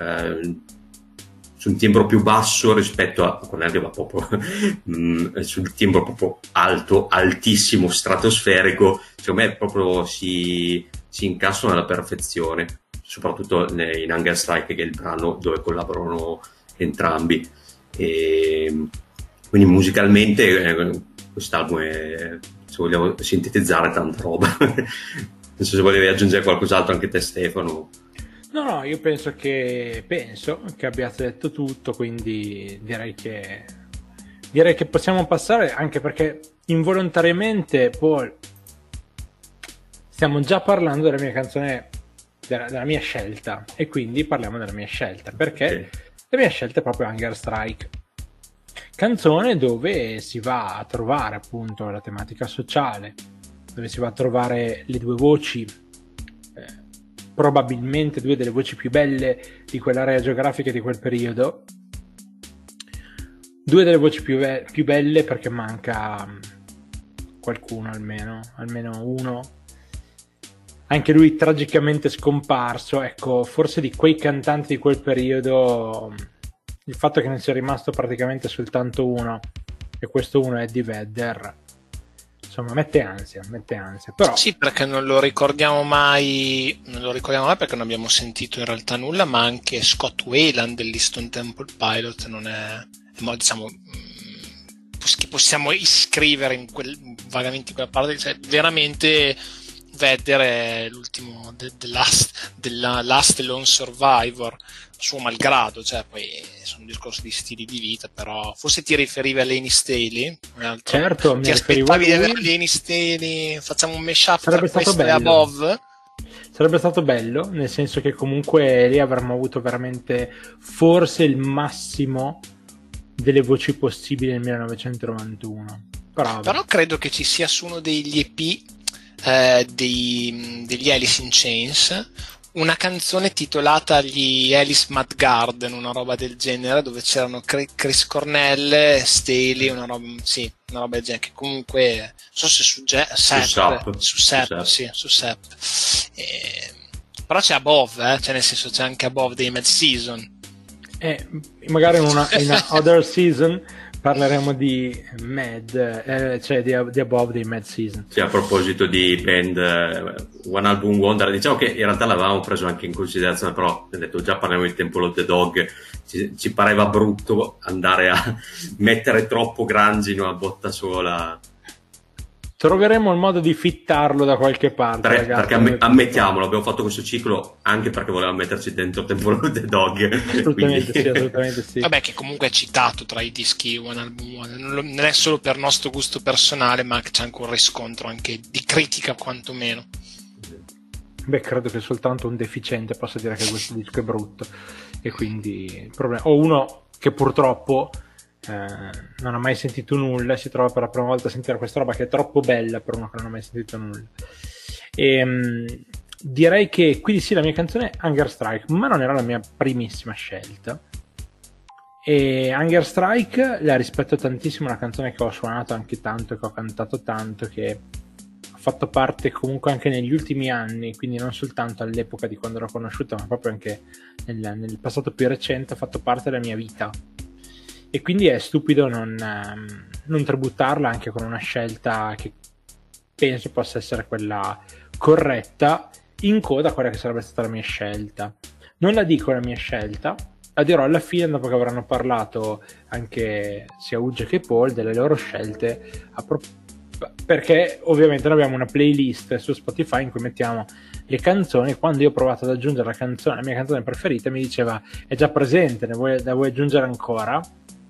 timbro più basso rispetto a Cornell, che va proprio sul timbro proprio alto, altissimo, stratosferico. Secondo me proprio si incassano alla perfezione, soprattutto in Hunger Strike, che è il brano dove collaborano entrambi. E quindi musicalmente quest'album è, se vogliamo sintetizzare, tanta roba. Non so se volevi aggiungere qualcos'altro anche te, Stefano. No, io penso che abbiate detto tutto, quindi direi che possiamo passare, anche perché involontariamente Paul stiamo già parlando della mia canzone, della mia scelta, e quindi parliamo della mia scelta, perché la mia scelta è proprio Hunger Strike, canzone dove si va a trovare appunto la tematica sociale, dove si va a trovare le due voci, probabilmente due delle voci più belle di quell'area geografica e di quel periodo, due delle voci più belle perché manca qualcuno, almeno uno, anche lui tragicamente scomparso. Ecco, forse di quei cantanti di quel periodo il fatto che ne sia rimasto praticamente soltanto uno, e questo uno è Eddie Vedder, insomma mette ansia, però sì, perché non lo ricordiamo mai perché non abbiamo sentito in realtà nulla, ma anche Scott Wayland dell'Easton Temple Pilot non è diciamo, che possiamo iscrivere vagamente in quella parte, cioè veramente Vedder è l'ultimo della Last Lone Survivor, suo malgrado, cioè poi sono un discorso di stili di vita, però forse ti riferivi a Laney Staley, certo, ti aspettavi di avere Laney Staley, facciamo un mashup tra questo e Above? Sarebbe stato bello, nel senso che comunque lì avremmo avuto veramente forse il massimo delle voci possibili nel 1991, però credo che ci sia su uno degli EP degli Alice in Chains una canzone titolata gli Alice Mad Garden, una roba del genere, dove c'erano Chris Cornell, Staley, una roba del genere, che comunque non so se su Sepp. Però c'è Above, cioè nel senso c'è anche Above dei Mad Season, magari in Other Season parleremo di Mad, cioè di Above dei Mad Season. Sì, a proposito di band One Album Wonder, diciamo che in realtà l'avevamo preso anche in considerazione, però ho detto già parliamo di Temple of the Dog, ci pareva brutto andare a mettere troppo Grunge in una botta sola. Troveremo il modo di fittarlo da qualche parte, perché ammettiamolo, abbiamo fatto questo ciclo anche perché volevamo metterci dentro Temple of the Dog. Assolutamente sì. Vabbè, che comunque è citato tra i dischi One Album One, non è solo per nostro gusto personale, ma c'è anche un riscontro anche di critica quantomeno. Beh, credo che soltanto un deficiente possa dire che questo disco è brutto, e quindi o uno che purtroppo non ha mai sentito nulla, si trova per la prima volta a sentire questa roba che è troppo bella per uno che non ha mai sentito nulla. E direi che quindi sì, la mia canzone è Hunger Strike, ma non era la mia primissima scelta, e Hunger Strike la rispetto tantissimo, una canzone che ho suonato anche tanto, che ho cantato tanto, che ha fatto parte comunque anche negli ultimi anni, quindi non soltanto all'epoca di quando l'ho conosciuta, ma proprio anche nel passato più recente, ha fatto parte della mia vita. E quindi è stupido non tributtarla anche con una scelta che penso possa essere quella corretta, in coda a quella che sarebbe stata la mia scelta. Non la dico la mia scelta, la dirò alla fine, dopo che avranno parlato anche sia Uge che Paul delle loro scelte, perché ovviamente noi abbiamo una playlist su Spotify in cui mettiamo le canzoni. Quando io ho provato ad aggiungere la mia canzone preferita, mi diceva è già presente, la vuoi aggiungere ancora?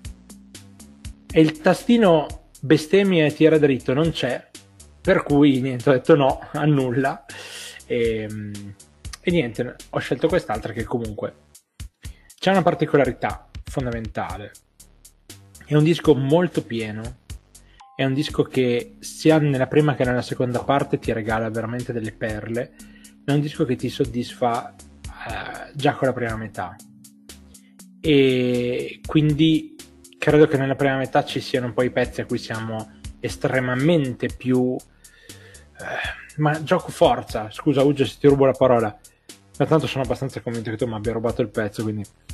E il tastino bestemmia e tira dritto non c'è, per cui niente, ho detto no, annulla, e niente, ho scelto quest'altra che comunque c'è una particolarità fondamentale. È un disco molto pieno, è un disco che sia nella prima che nella seconda parte ti regala veramente delle perle, è un disco che ti soddisfa già con la prima metà, e quindi credo che nella prima metà ci siano un po' i pezzi a cui siamo estremamente più ma gioco forza, scusa Uge se ti rubo la parola, ma tanto sono abbastanza convinto che tu mi abbia rubato il pezzo,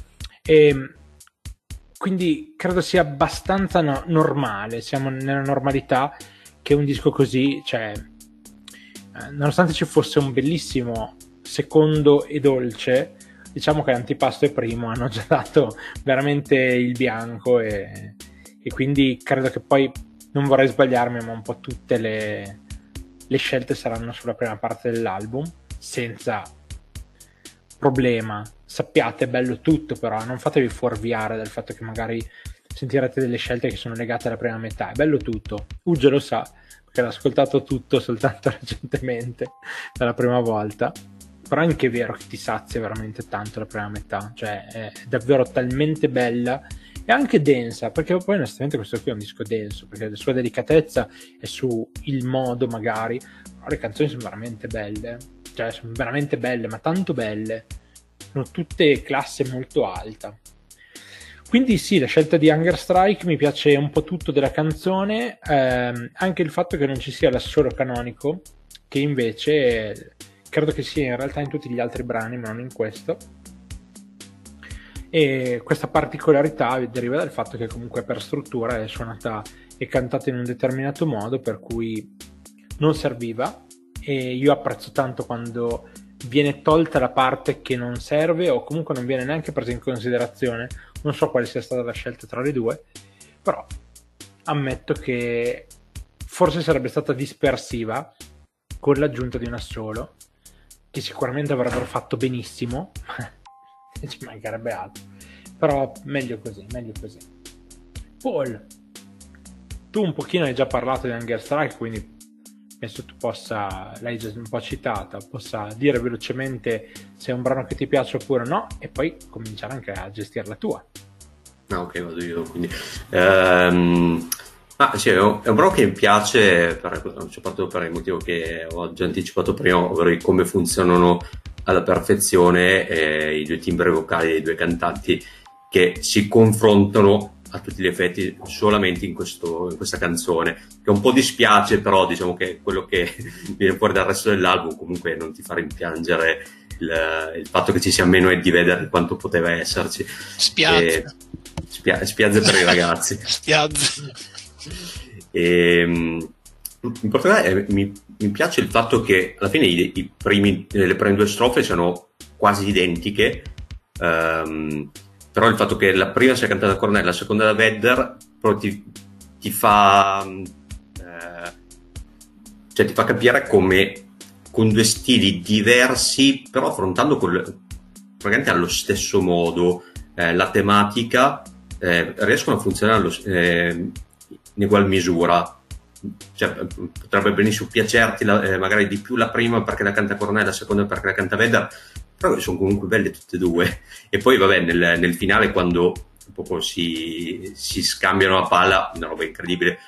quindi credo sia abbastanza normale, siamo nella normalità che un disco così, cioè nonostante ci fosse un bellissimo secondo e dolce, diciamo che l'antipasto e primo hanno già dato veramente il bianco, e quindi credo che poi, non vorrei sbagliarmi, ma un po' tutte le scelte saranno sulla prima parte dell'album, senza problema. Sappiate, è bello tutto, però non fatevi fuorviare dal fatto che magari sentirete delle scelte che sono legate alla prima metà. È bello tutto, Uge lo sa perché l'ha ascoltato tutto soltanto recentemente, dalla prima volta. Però è anche vero che ti sazia veramente tanto la prima metà, cioè è davvero talmente bella e anche densa, perché poi onestamente questo qui è un disco denso, perché la sua delicatezza è su il modo magari, però le canzoni sono veramente belle, cioè sono veramente belle, ma tanto belle, sono tutte classe molto alta. Quindi sì, la scelta di Hunger Strike mi piace un po' tutto della canzone, anche il fatto che non ci sia l'assolo canonico, che invece credo che sia in realtà in tutti gli altri brani, ma non in questo. e questa particolarità deriva dal fatto che comunque per struttura è suonata e cantata in un determinato modo, per cui non serviva, e io apprezzo tanto quando viene tolta la parte che non serve o comunque non viene neanche presa in considerazione. Non so quale sia stata la scelta tra le due, però ammetto che forse sarebbe stata dispersiva con l'aggiunta di un assolo, che sicuramente avrebbero fatto benissimo, ci mancherebbe altro, però meglio così. Paul, tu un pochino hai già parlato di Hunger Strike, quindi penso tu l'hai già un po' citata, possa dire velocemente se è un brano che ti piace oppure no, e poi cominciare anche a gestire la tua. Ok, vado io, quindi sì, è un brano che mi piace soprattutto per il motivo che ho già anticipato prima, ovvero di come funzionano alla perfezione i due timbri vocali dei due cantanti, che si confrontano a tutti gli effetti solamente in questa canzone, che un po' dispiace, però diciamo che quello che viene fuori dal resto dell'album comunque non ti fa rimpiangere il fatto che ci sia meno Eddie Vedder di quanto poteva esserci. Spiazze per i ragazzi. Spiazze. In particolare mi piace il fatto che alla fine le prime due strofe siano quasi identiche, però il fatto che la prima sia cantata da Cornell, la seconda da Vedder, però ti fa ti fa capire come con due stili diversi, però affrontando praticamente allo stesso modo la tematica, riescono a funzionare in ugual misura. Cioè, potrebbe benissimo piacerti magari di più la prima perché la canta Cornell, la seconda perché la canta Vedder, però sono comunque belle tutte e due. E poi vabbè, nel finale, quando un po' si scambiano la palla, una roba incredibile.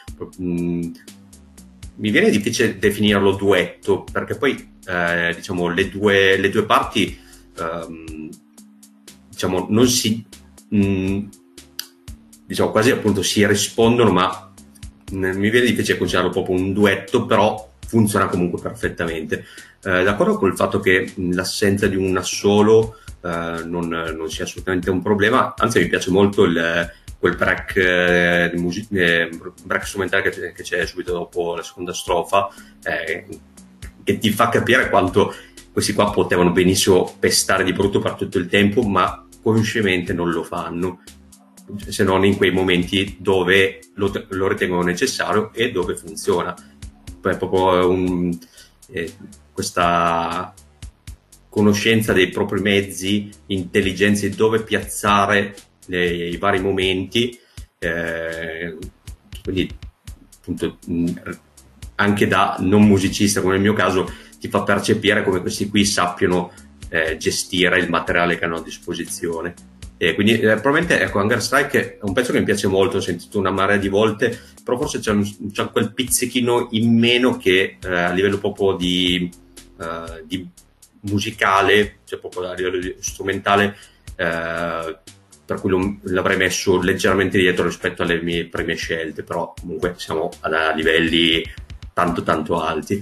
Mi viene difficile definirlo duetto, perché poi diciamo le due parti diciamo non si diciamo quasi appunto si rispondono, ma mi viene difficile considerarlo proprio un duetto, però funziona comunque perfettamente. D'accordo con il fatto che l'assenza di un assolo non sia assolutamente un problema, anzi mi piace molto quel break strumentale che c'è subito dopo la seconda strofa, che ti fa capire quanto questi qua potevano benissimo pestare di brutto per tutto il tempo, ma consciamente non lo fanno, se non in quei momenti dove lo ritengono necessario e dove funziona. Poi è proprio questa conoscenza dei propri mezzi, intelligenza di dove piazzare i vari momenti, quindi appunto anche da non musicista come nel mio caso ti fa percepire come questi qui sappiano gestire il materiale che hanno a disposizione. E quindi probabilmente ecco, Hunger Strike è un pezzo che mi piace molto, ho sentito una marea di volte, però forse c'è quel pizzichino in meno che a livello proprio di musicale, cioè proprio a livello strumentale, per cui l'avrei messo leggermente dietro rispetto alle mie prime scelte, però comunque siamo a livelli tanto alti.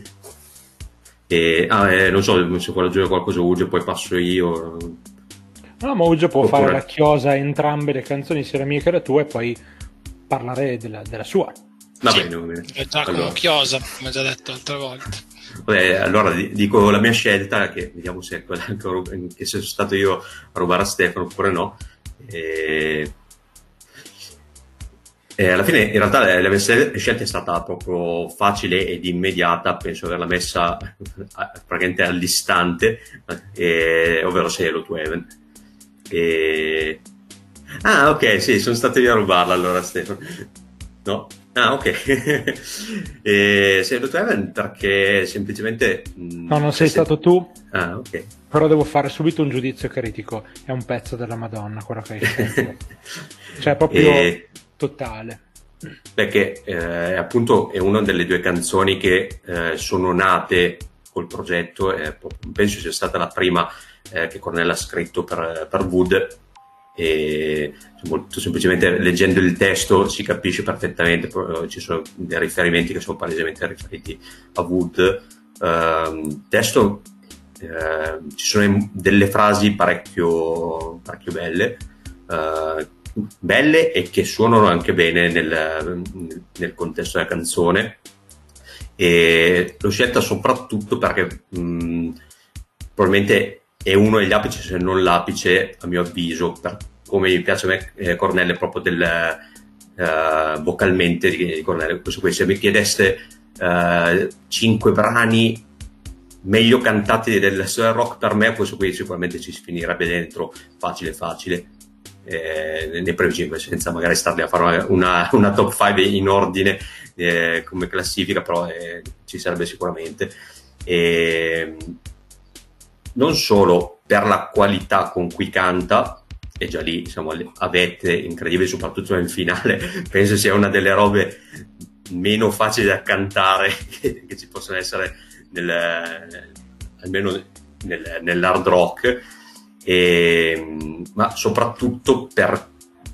Non so se vuole aggiungere qualcosa Uge, poi passo io. No, ma Uge può fare la chiosa a entrambe le canzoni, sia la mia che la tua, e poi parlare della sua. Va bene. È già come chiosa, come già detto altre volte. Vabbè, allora dico la mia scelta, che vediamo se è quella che sono stato io a rubare a Stefano oppure no. Alla fine in realtà la mia scelta è stata proprio facile ed immediata, penso averla messa praticamente all'istante, ovvero Sail to Heaven. Ah, ok, sì, sono stato io a rubarla allora, Stefano. No? Ah, ok. Sail to Heaven perché semplicemente no, non sei stato tu. Ah, ok. Però devo fare subito un giudizio critico. È un pezzo della Madonna quello che hai scelto. Cioè proprio totale. Perché appunto è una delle due canzoni che sono nate col progetto, penso sia stata la prima che Cornell ha scritto per Wood, e molto semplicemente leggendo il testo si capisce perfettamente, ci sono dei riferimenti che sono palesemente riferiti a Wood. Testo, ci sono delle frasi parecchio belle, belle e che suonano anche bene nel contesto della canzone, e l'ho scelta soprattutto perché probabilmente è uno degli apici, se non l'apice, a mio avviso, per come mi piace a me Cornell, è proprio vocalmente di Cornell. Se mi chiedeste 5 brani meglio cantati del rock, per me questo qui sicuramente ci finirebbe dentro facile nei primi 5, senza magari starli a fare una top 5 in ordine come classifica, però ci sarebbe sicuramente. Non solo per la qualità con cui canta, e già lì siamo a vette incredibili, soprattutto nel finale. Penso sia una delle robe meno facili da cantare che ci possono essere almeno nell'hard rock, ma soprattutto per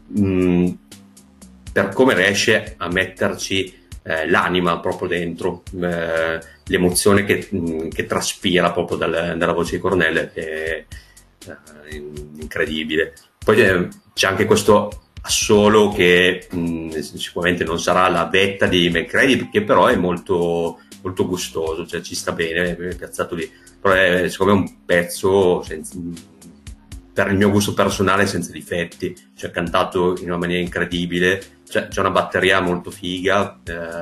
come riesce a metterci l'anima proprio dentro, l'emozione che traspira proprio dalla voce di Cornell è incredibile. Poi c'è anche questo assolo che sicuramente non sarà la vetta di McCready, che però è molto, molto gustoso, cioè ci sta bene, è piazzato lì, però è secondo me un pezzo per il mio gusto personale senza difetti, cioè cantato in una maniera incredibile, c'è una batteria molto figa,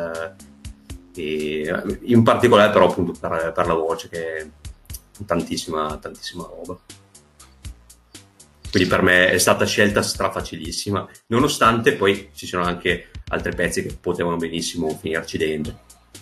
e in particolare però appunto per la voce, che è tantissima roba. Quindi per me è stata scelta strafacilissima, nonostante poi ci siano anche altri pezzi che potevano benissimo finirci dentro.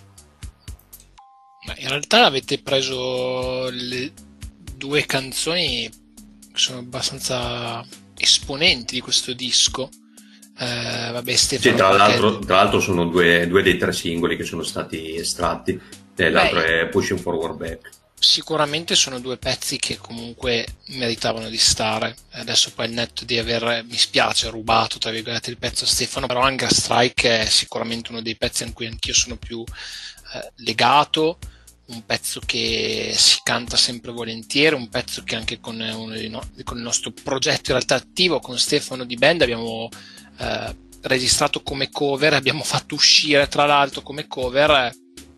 Ma in realtà avete preso le 2 canzoni che sono abbastanza esponenti di questo disco. Vabbè, Stefano, sì, tra l'altro sono due dei 3 singoli che sono stati estratti, l'altro è Pushing Forward Back. Sicuramente sono 2 pezzi che comunque meritavano di stare. Adesso poi, il netto di aver, mi spiace, rubato tra virgolette il pezzo a Stefano, però Hunger Strike è sicuramente uno dei pezzi in cui anch'io sono più legato, un pezzo che si canta sempre volentieri, un pezzo che anche con il nostro progetto in realtà attivo con Stefano di Band abbiamo registrato come cover, abbiamo fatto uscire tra l'altro come cover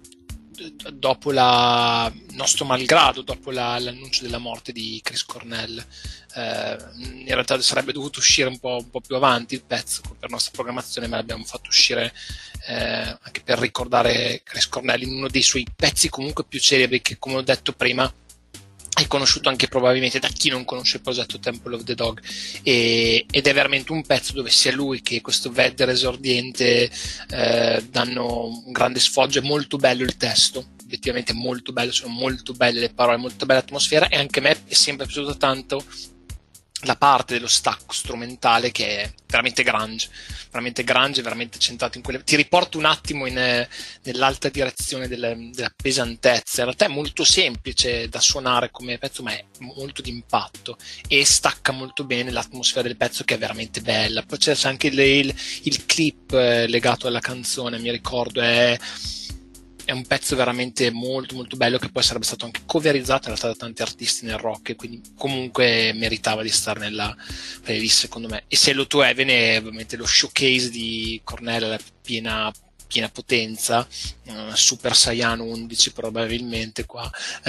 dopo nostro malgrado, dopo l'annuncio della morte di Chris Cornell. In realtà sarebbe dovuto uscire un po' più avanti il pezzo per nostra programmazione, ma l'abbiamo fatto uscire anche per ricordare Chris Cornell in uno dei suoi pezzi comunque più celebri, che, come ho detto prima, è conosciuto anche probabilmente da chi non conosce il progetto Temple of the Dog, ed è veramente un pezzo dove sia lui che questo Vedder esordiente danno un grande sfoggio. È molto bello il testo, obiettivamente molto bello, sono molto belle le parole, molto bella l'atmosfera, e anche a me è sempre piaciuto tanto la parte dello stacco strumentale, che è veramente grunge, veramente centrato in quelle. Ti riporto un attimo nell'alta direzione della pesantezza. In realtà è molto semplice da suonare come pezzo, ma è molto d'impatto e stacca molto bene l'atmosfera del pezzo, che è veramente bella. Poi c'è anche il clip legato alla canzone, mi ricordo, è un pezzo veramente molto molto bello, che poi sarebbe stato anche coverizzato in realtà da tanti artisti nel rock, e quindi comunque meritava di stare nella playlist secondo me. E Sail to Heaven è ovviamente lo showcase di Cornell alla piena potenza, Super Saiyan 11 probabilmente qua,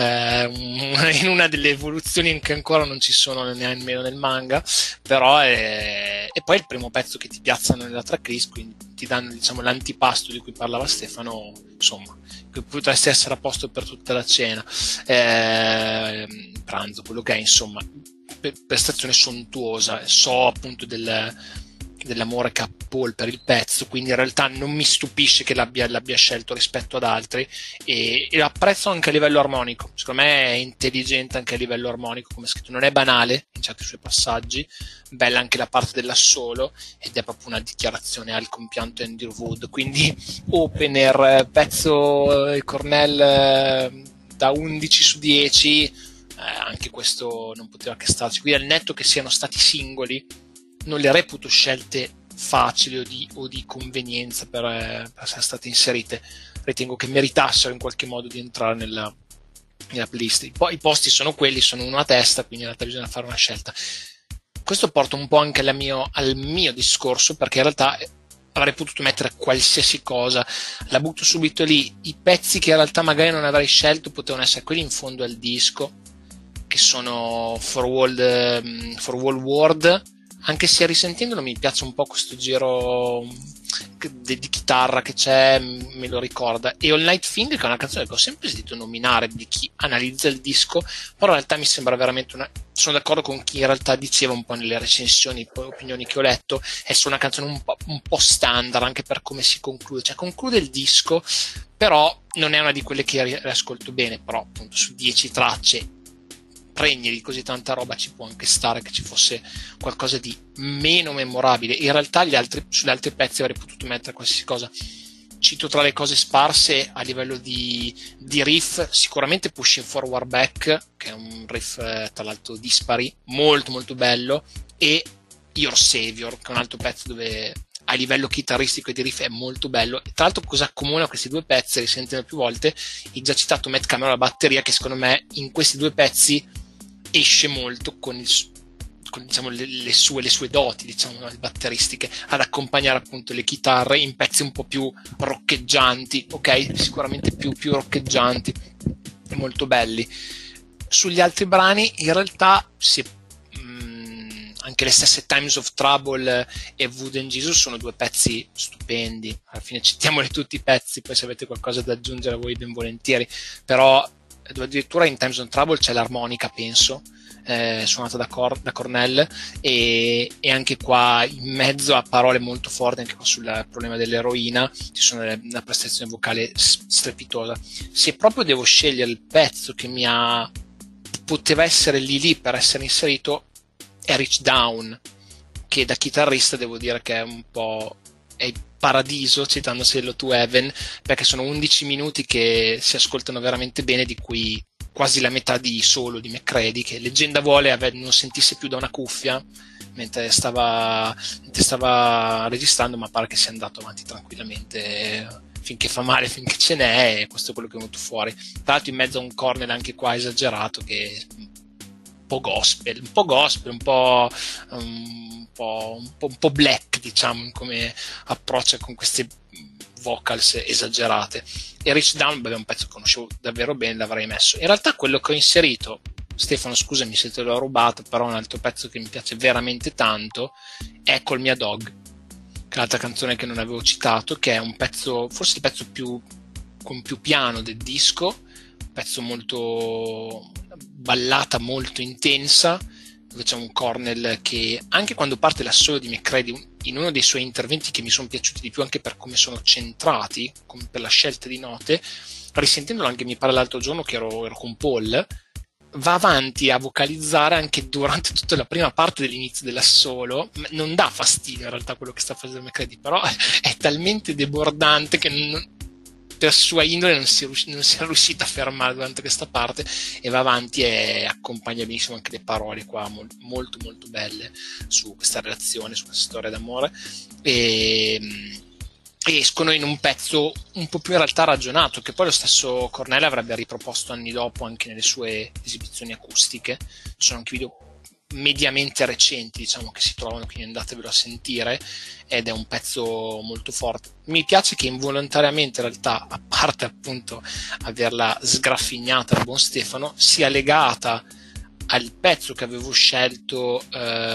in una delle evoluzioni che ancora non ci sono nemmeno nel manga, però e poi il primo pezzo che ti piazzano nella tracklist, quindi ti danno, diciamo, l'antipasto di cui parlava Stefano, insomma, che potresti essere a posto per tutta la cena, pranzo, quello che è, insomma, prestazione sontuosa. So appunto dell'amore che ha Paul per il pezzo, quindi in realtà non mi stupisce che l'abbia scelto rispetto ad altri, e apprezzo anche a livello armonico. Secondo me è intelligente anche a livello armonico come scritto, non è banale in certi suoi passaggi, bella anche la parte dell'assolo, ed è proprio una dichiarazione al compianto Andrew Wood, quindi opener, pezzo Cornell da 11 su 10, anche questo non poteva che starci. Quindi, al netto che siano stati singoli, non le reputo scelte facili o di convenienza per essere state inserite. Ritengo che meritassero in qualche modo di entrare nella playlist. Poi i posti sono quelli, sono uno a testa, quindi in realtà bisogna fare una scelta. questo porta un po' anche al mio discorso, perché in realtà avrei potuto mettere qualsiasi cosa, la butto subito lì. I pezzi che in realtà magari non avrei scelto potevano essere quelli in fondo al disco, che sono For Wall World, anche se risentendolo mi piace un po' questo giro di chitarra che c'è, me lo ricorda, e All Night Thing, che è una canzone che ho sempre sentito nominare di chi analizza il disco, però in realtà mi sembra veramente sono d'accordo con chi in realtà diceva un po' nelle recensioni, opinioni che ho letto, è solo una canzone un po' standard anche per come si conclude, cioè conclude il disco, però non è una di quelle che riascolto bene, però appunto su 10 tracce pregne di così tanta roba ci può anche stare che ci fosse qualcosa di meno memorabile. In realtà sugli altri pezzi avrei potuto mettere qualsiasi cosa. Cito tra le cose sparse a livello di riff sicuramente Pushing Forward Back, che è un riff tra l'altro dispari, molto molto bello, e Your Savior, che è un altro pezzo dove a livello chitarristico e di riff è molto bello. E tra l'altro cosa accomuna questi due pezzi, risentendo più volte, il già citato Matt Cameron alla batteria, che secondo me in questi due pezzi esce molto con diciamo, le sue doti, diciamo, batteristiche, ad accompagnare appunto le chitarre in pezzi un po' più roccheggianti, ok? Sicuramente più roccheggianti, molto belli. Sugli altri brani in realtà anche le stesse Times of Trouble e Wooden Jesus sono due pezzi stupendi, alla fine citiamoli tutti i pezzi, poi se avete qualcosa da aggiungere voi ben volentieri, però addirittura in Times of Trouble c'è l'armonica, penso, suonata da Cornell, e anche qua in mezzo a parole molto forti, anche qua sul problema dell'eroina ci sono una prestazione vocale strepitosa. Se proprio devo scegliere il pezzo che poteva essere lì per essere inserito, è Reach Down, che da chitarrista devo dire che è un po' il paradiso, citando Sail to Heaven, perché sono 11 minuti che si ascoltano veramente bene, di cui quasi la metà di solo di McCready, che leggenda vuole non sentisse più da una cuffia mentre stava registrando, ma pare che sia andato avanti tranquillamente finché fa male, finché ce n'è, e questo è quello che è venuto fuori. Tra l'altro in mezzo a un corner anche qua esagerato, che un po' black, diciamo, come approccia con queste vocals esagerate. E Reach Down è un pezzo che conoscevo davvero bene, l'avrei messo. In realtà quello che ho inserito, Stefano scusami se te l'ho rubato, però un altro pezzo che mi piace veramente tanto è Call Me a Dog, che è l'altra canzone che non avevo citato, che è un pezzo, forse il pezzo con più piano del disco, un pezzo molto ballata, molto intensa, dove c'è un Cornell che anche quando parte l'assolo di McCready, in uno dei suoi interventi che mi sono piaciuti di più anche per come sono centrati, per la scelta di note, risentendolo anche mi pare l'altro giorno che ero con Paul, va avanti a vocalizzare anche durante tutta la prima parte dell'inizio dell'assolo. Non dà fastidio in realtà quello che sta facendo McCready, però è talmente debordante che per sua indole non si è riuscita a fermare durante questa parte, e va avanti e accompagna benissimo anche le parole qua molto molto belle su questa relazione, su questa storia d'amore, e escono in un pezzo un po' più in realtà ragionato, che poi lo stesso Cornell avrebbe riproposto anni dopo anche nelle sue esibizioni acustiche. Ci sono anche video mediamente recenti, diciamo, che si trovano, quindi andatevelo a sentire, ed è un pezzo molto forte. Mi piace che involontariamente in realtà, a parte appunto averla sgraffignata da buon Stefano, sia legata al pezzo che avevo scelto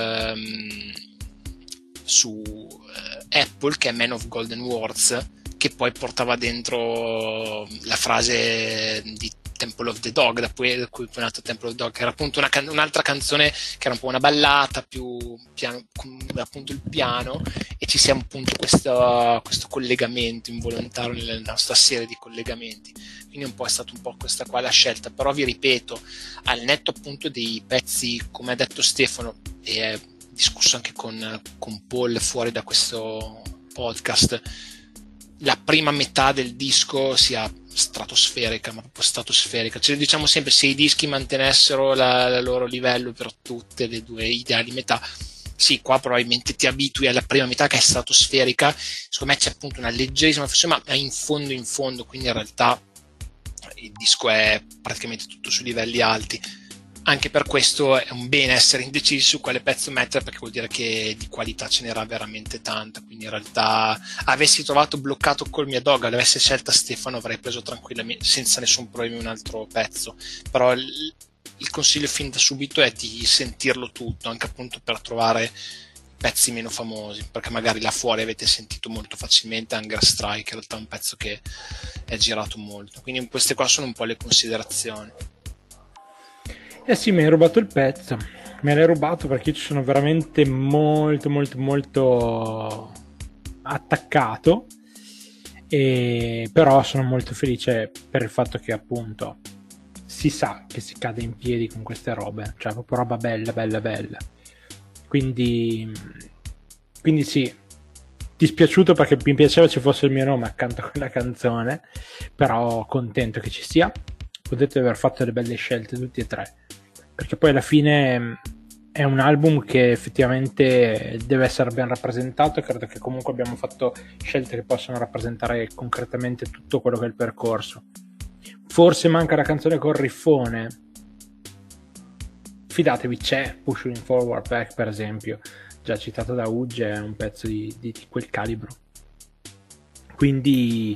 su Apple, che è Man of Golden Words, che poi portava dentro la frase di Temple of the Dog, da cui è nato Temple of the Dog, che era appunto un'altra canzone che era un po' una ballata, più piano, con appunto il piano, e ci sia appunto questo collegamento involontario nella nostra serie di collegamenti. Quindi un po' è stata un po' questa qua la scelta, però vi ripeto, al netto appunto dei pezzi, come ha detto Stefano, e è discusso anche con Paul fuori da questo podcast, la prima metà del disco sia stratosferica, ma proprio stratosferica. Cioè, diciamo sempre, se i dischi mantenessero il loro livello per tutte le due ideali metà, sì, qua probabilmente ti abitui alla prima metà che è stratosferica. Secondo me c'è appunto una leggerissima flessione, ma è in fondo, quindi in realtà il disco è praticamente tutto su livelli alti. anche per questo è un bene essere indecisi su quale pezzo mettere, perché vuol dire che di qualità ce n'era veramente tanta. Quindi in realtà avessi trovato bloccato col mio dog, l'avesse scelta Stefano, avrei preso tranquillamente senza nessun problema un altro pezzo. Però il consiglio fin da subito è di sentirlo tutto, anche appunto per trovare pezzi meno famosi, perché magari là fuori avete sentito molto facilmente Hunger Strike, in realtà è un pezzo che è girato molto. Quindi queste qua sono un po' le considerazioni. Eh sì, mi hai rubato il pezzo, me l'hai rubato perché io ci sono veramente molto attaccato, però sono molto felice per il fatto che appunto si sa che si cade in piedi con queste robe, cioè proprio roba bella. Quindi sì, dispiaciuto perché mi piaceva ci fosse il mio nome accanto a quella canzone, però contento che ci sia, contento di aver fatto le belle scelte tutti e tre, perché poi alla fine è un album che effettivamente deve essere ben rappresentato, e credo che comunque abbiamo fatto scelte che possono rappresentare concretamente tutto quello che è il percorso. Forse manca la canzone col riffone, fidatevi, c'è Pushing Forward Back per esempio, già citato da Ugge, è un pezzo di quel calibro, quindi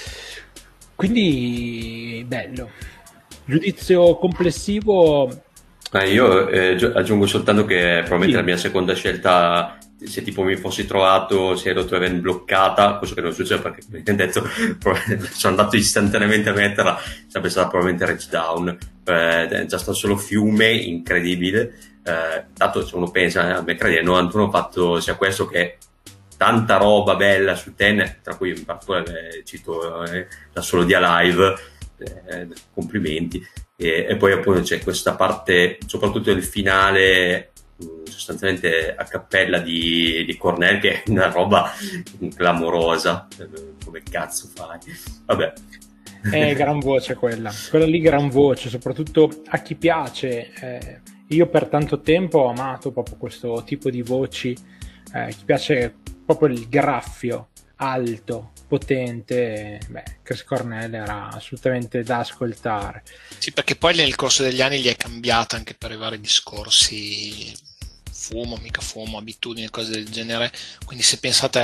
bello. Giudizio complessivo. Io aggiungo soltanto che probabilmente Sì. la mia seconda scelta, se tipo mi fossi trovato Zero to Heaven bloccata, cosa che non succede perché come hai detto sono andato istantaneamente a metterla, sarebbe stata probabilmente Reach Down, è già stato solo fiume incredibile. Tanto se uno pensa a me, credi nel 91 ho fatto sia questo che tanta roba bella su Ten, tra cui in particolare cito la solo di Alive, complimenti. E poi appunto c'è questa parte, soprattutto il finale, sostanzialmente a cappella di Cornell, che è una roba clamorosa. Come cazzo fai? Vabbè. È gran voce quella lì, gran voce, soprattutto a chi piace. Io per tanto tempo ho amato proprio questo tipo di voci, chi piace proprio il graffio alto, potente, Chris Cornell era assolutamente da ascoltare. Sì, perché poi nel corso degli anni gli è cambiata anche per i vari discorsi, fumo, mica fumo, abitudini, cose del genere. Quindi se pensate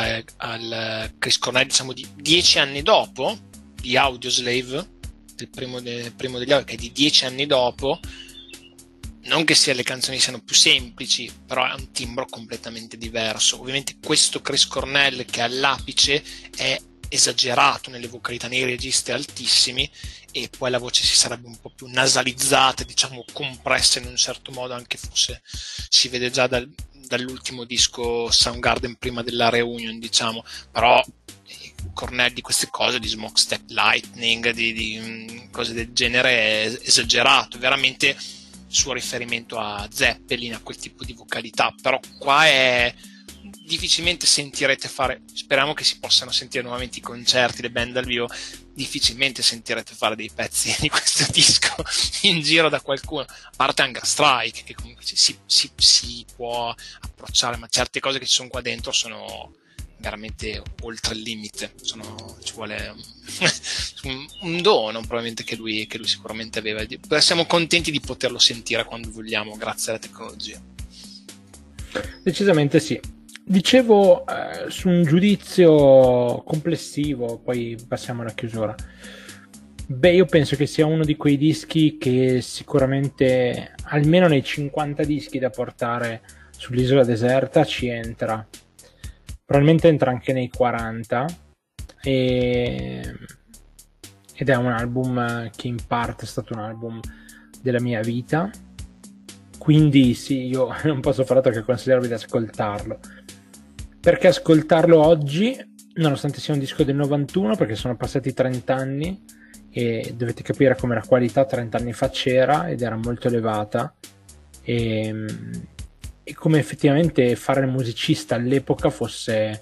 al Chris Cornell, diciamo, di 10 anni dopo, di Audioslave, il primo degli audio, che è di 10 anni dopo, non che sia le canzoni siano più semplici, però è un timbro completamente diverso. Ovviamente questo Chris Cornell che all'apice è esagerato nelle vocalità, nei registri altissimi, e poi la voce si sarebbe un po' più nasalizzata, diciamo compressa in un certo modo, anche forse si vede già dall'ultimo disco Soundgarden prima della reunion, diciamo. Però Cornell di queste cose, di Smokestack Lightning, di cose del genere, è esagerato, veramente suo riferimento a Zeppelin, a quel tipo di vocalità. Però qua difficilmente sentirete fare, speriamo che si possano sentire nuovamente i concerti, le band dal vivo, difficilmente sentirete fare dei pezzi di questo disco in giro da qualcuno, a parte Hunger Strike, che comunque si può approcciare, ma certe cose che ci sono qua dentro sono veramente oltre il limite, ci vuole un dono probabilmente che lui sicuramente aveva. Siamo contenti di poterlo sentire quando vogliamo, grazie alla tecnologia. Decisamente sì. Dicevo, su un giudizio complessivo, poi passiamo alla chiusura. Io penso che sia uno di quei dischi che sicuramente almeno nei 50 dischi da portare sull'isola deserta ci entra. Probabilmente entra anche nei 40, ed è un album che in parte è stato un album della mia vita, quindi sì, io non posso fare altro che consigliarvi di ascoltarlo. Perché ascoltarlo oggi, nonostante sia un disco del 91, perché sono passati 30 anni e dovete capire come la qualità 30 anni fa c'era ed era molto elevata, e come effettivamente fare il musicista all'epoca fosse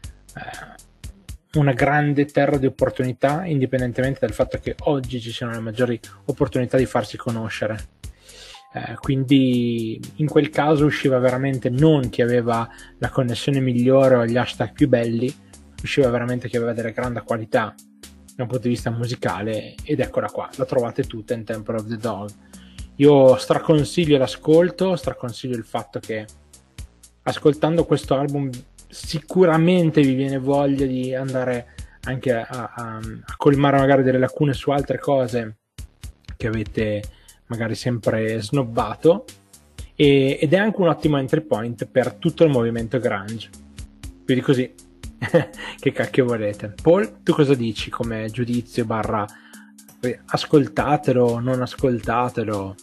una grande terra di opportunità, indipendentemente dal fatto che oggi ci siano le maggiori opportunità di farsi conoscere. Quindi in quel caso usciva veramente non chi aveva la connessione migliore o gli hashtag più belli, usciva veramente chi aveva delle grandi qualità da un punto di vista musicale, ed eccola qua, la trovate tutta in Temple of the Dog. Io straconsiglio l'ascolto, straconsiglio il fatto che ascoltando questo album sicuramente vi viene voglia di andare anche a colmare magari delle lacune su altre cose che avete magari sempre snobbato, ed è anche un ottimo entry point per tutto il movimento grunge. Quindi così, che cacchio volete. Paul, tu cosa dici come giudizio barra ascoltatelo, non ascoltatelo?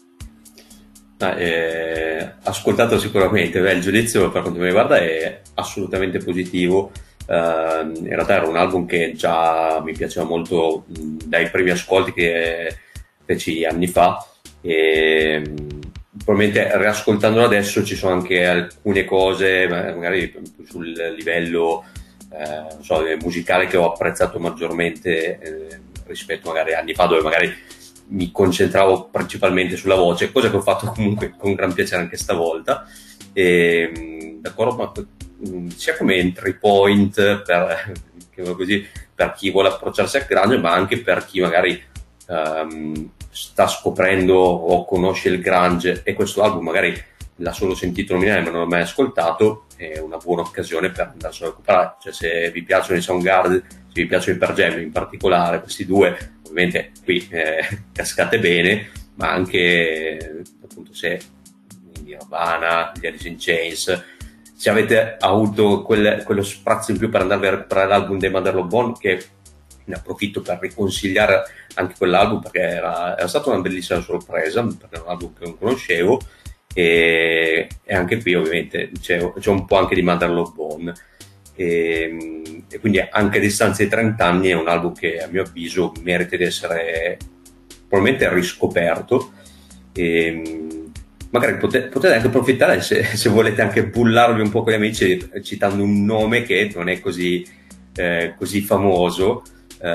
Ascoltato sicuramente. Il giudizio per quanto mi riguarda è assolutamente positivo. In realtà era un album che già mi piaceva molto dai primi ascolti che feci anni fa, e probabilmente riascoltandolo adesso ci sono anche alcune cose magari sul livello non so, musicale che ho apprezzato maggiormente rispetto magari a anni fa, dove magari mi concentravo principalmente sulla voce, cosa che ho fatto comunque con gran piacere anche stavolta. D'accordo, ma sia come entry point così, per chi vuole approcciarsi al grunge, ma anche per chi magari sta scoprendo o conosce il grunge e questo album magari l'ha solo sentito nominare ma non l'ha mai ascoltato, è una buona occasione per andarselo a recuperare. Cioè, se vi piacciono i Soundgarden, se vi piacciono i Pearl Jam in particolare, questi due ovviamente qui cascate bene, ma anche appunto se Nirvana, gli Alice in Chains, se avete avuto quello sprazzo in più per andarvi a recuperare l'album dei Mother Love Bone, che ne approfitto per riconsigliare anche quell'album perché era stata una bellissima sorpresa, perché era un album che non conoscevo, e anche qui ovviamente c'è un po' anche di Mother Love Bone, e quindi anche a distanza di 30 anni è un album che a mio avviso merita di essere probabilmente riscoperto, e magari potete anche approfittare se volete anche bullarvi un po' con gli amici citando un nome che non è così famoso,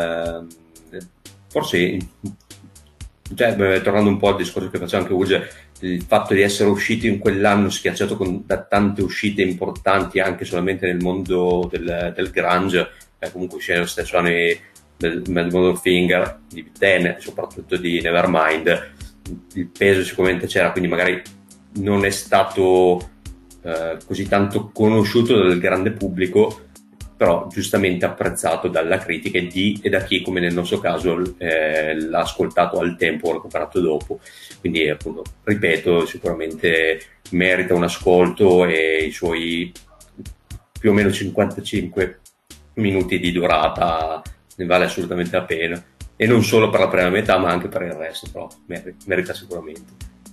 forse, cioè, tornando un po' al discorso che faceva anche Uge, il fatto di essere uscito in quell'anno schiacciato da tante uscite importanti anche solamente nel mondo del grunge, comunque c'è lo stesso anno del Finger, di Ten e soprattutto di Nevermind, il peso sicuramente c'era, quindi magari non è stato così tanto conosciuto dal grande pubblico, però giustamente apprezzato dalla critica e da chi, come nel nostro caso, l'ha ascoltato al tempo o recuperato dopo. Quindi appunto, ripeto, sicuramente merita un ascolto, e i suoi più o meno 55 minuti di durata ne vale assolutamente la pena, e non solo per la prima metà ma anche per il resto, però merita sicuramente.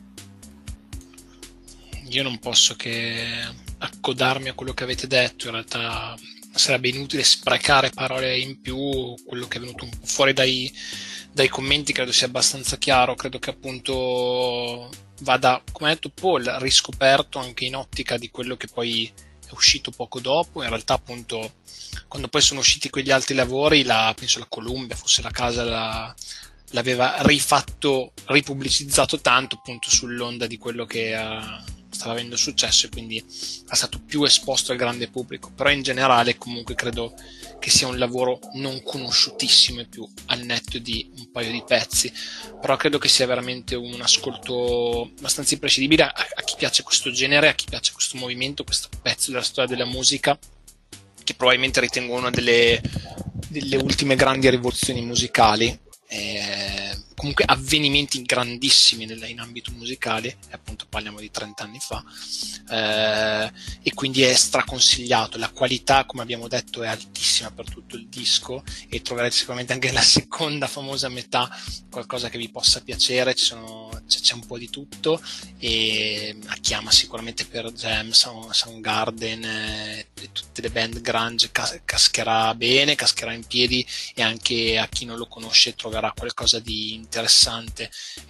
Io non posso che accodarmi a quello che avete detto. In realtà sarebbe inutile sprecare parole in più. Quello che è venuto un po' fuori dai commenti credo sia abbastanza chiaro. Credo che appunto vada, come ha detto Paul, riscoperto anche in ottica di quello che poi è uscito poco dopo. In realtà appunto quando poi sono usciti quegli altri lavori, penso la Columbia, fosse la casa, l'aveva ripubblicizzato tanto appunto sull'onda di quello che stava avendo successo, e quindi è stato più esposto al grande pubblico. Però in generale comunque credo che sia un lavoro non conosciutissimo, e più al netto di un paio di pezzi, però credo che sia veramente un ascolto abbastanza imprescindibile a chi piace questo genere, a chi piace questo movimento, questo pezzo della storia della musica, che probabilmente ritengo una delle ultime grandi rivoluzioni musicali, comunque avvenimenti grandissimi in ambito musicale, e appunto parliamo di 30 anni fa, e quindi è straconsigliato. La qualità, come abbiamo detto, è altissima per tutto il disco, e troverete sicuramente anche la seconda famosa metà qualcosa che vi possa piacere. C'è un po' di tutto, e a chi ama sicuramente per Jam, Soundgarden e tutte le band grunge cascherà bene, cascherà in piedi, e anche a chi non lo conosce troverà qualcosa di interessante.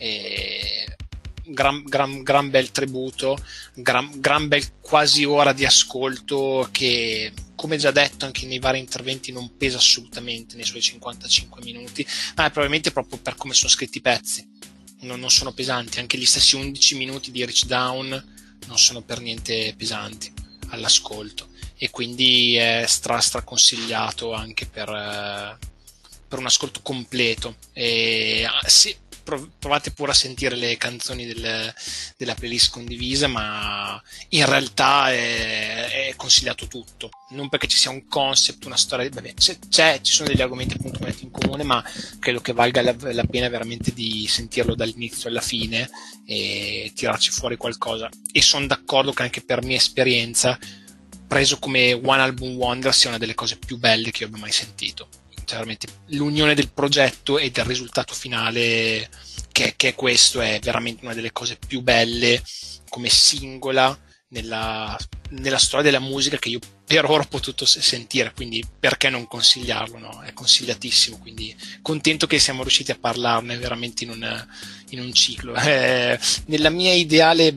Gran bel tributo, gran bel quasi ora di ascolto, che come già detto anche nei vari interventi non pesa assolutamente nei suoi 55 minuti, ma è probabilmente proprio per come sono scritti i pezzi. Non sono pesanti, anche gli stessi 11 minuti di Reach Down non sono per niente pesanti all'ascolto, e quindi è stra consigliato anche per un ascolto completo. E provate pure a sentire le canzoni della playlist condivisa, ma in realtà è consigliato tutto, non perché ci sia un concept, una storia, vabbè, ci sono degli argomenti appunto in comune, ma credo che valga la pena veramente di sentirlo dall'inizio alla fine e tirarci fuori qualcosa. E sono d'accordo che anche per mia esperienza, preso come One Album Wonder, sia una delle cose più belle che io abbia mai sentito. Cioè, veramente l'unione del progetto e del risultato finale che è questo, è veramente una delle cose più belle come singola nella storia della musica che io per ora ho potuto sentire, quindi perché non consigliarlo, no? È consigliatissimo, quindi contento che siamo riusciti a parlarne veramente in un ciclo. Nel mio ideale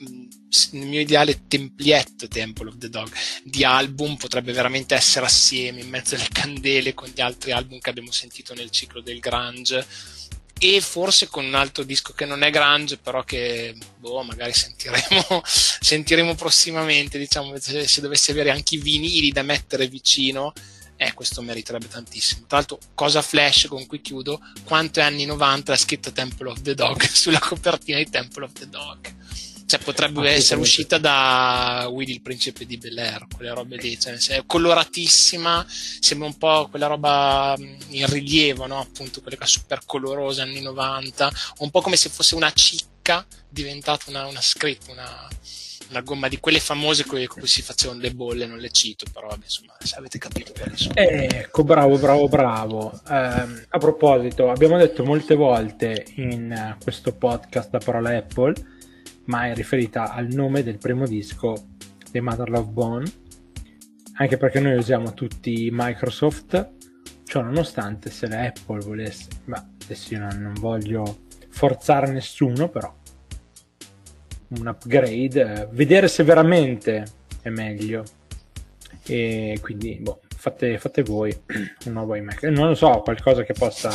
templietto Temple of the Dog di album potrebbe veramente essere assieme in mezzo alle candele con gli altri album che abbiamo sentito nel ciclo del grunge, e forse con un altro disco che non è grunge però che magari sentiremo prossimamente, diciamo, se dovessi avere anche i vinili da mettere vicino, questo meriterebbe tantissimo. Tra l'altro, cosa flash con cui chiudo, quanto è anni 90 la scritta Temple of the Dog sulla copertina di Temple of the Dog. Cioè potrebbe essere uscita da Willy il principe di Bel-Air, quelle robe lì, cioè, è coloratissima, sembra un po' quella roba in rilievo, no? Appunto quelle super colorose anni 90, un po' come se fosse una cicca diventata una script, una gomma di quelle famose con cui si facevano le bolle, non le cito, però vabbè, insomma, se avete capito quali sono. Ecco, bravo. A proposito, abbiamo detto molte volte in questo podcast la parola Apple, ma è riferita al nome del primo disco dei Mother Love Bone, anche perché noi usiamo tutti Microsoft, cioè nonostante se la Apple volesse, adesso io non voglio forzare nessuno, però un upgrade, vedere se veramente è meglio, e quindi fate voi un nuovo iMac, non lo so, qualcosa che possa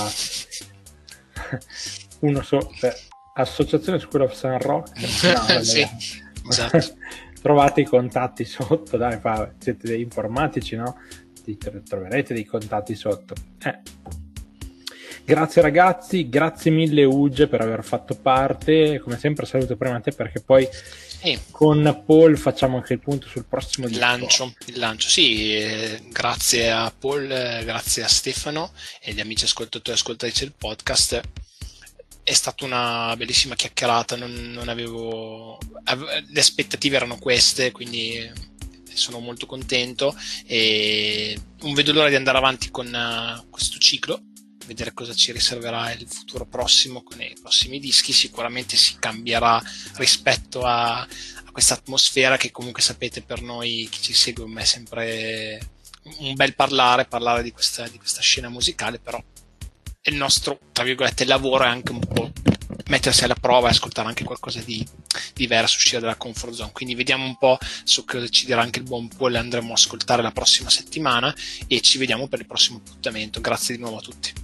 Associazione School of Sun Rock, sì, esatto. Trovate i contatti sotto, dai, siete dei informatici, no? Troverete dei contatti sotto. Grazie ragazzi, grazie mille Uge per aver fatto parte, come sempre saluto prima te perché poi con Paul facciamo anche il punto sul prossimo disco. Il lancio, sì, grazie a Paul, grazie a Stefano e agli amici ascoltatori e ascoltatrici del podcast. È stata una bellissima chiacchierata, non avevo, le aspettative erano queste, quindi sono molto contento e non vedo l'ora di andare avanti con questo ciclo, vedere cosa ci riserverà il futuro prossimo con i prossimi dischi. Sicuramente si cambierà rispetto a questa atmosfera che comunque sapete, per noi chi ci segue è sempre un bel parlare di questa scena musicale, però il nostro, tra virgolette, lavoro è anche un po' mettersi alla prova e ascoltare anche qualcosa di diverso, uscire dalla comfort zone. Quindi vediamo un po' su cosa ci dirà anche il buon Paul, andremo a ascoltare la prossima settimana e ci vediamo per il prossimo appuntamento. Grazie di nuovo a tutti.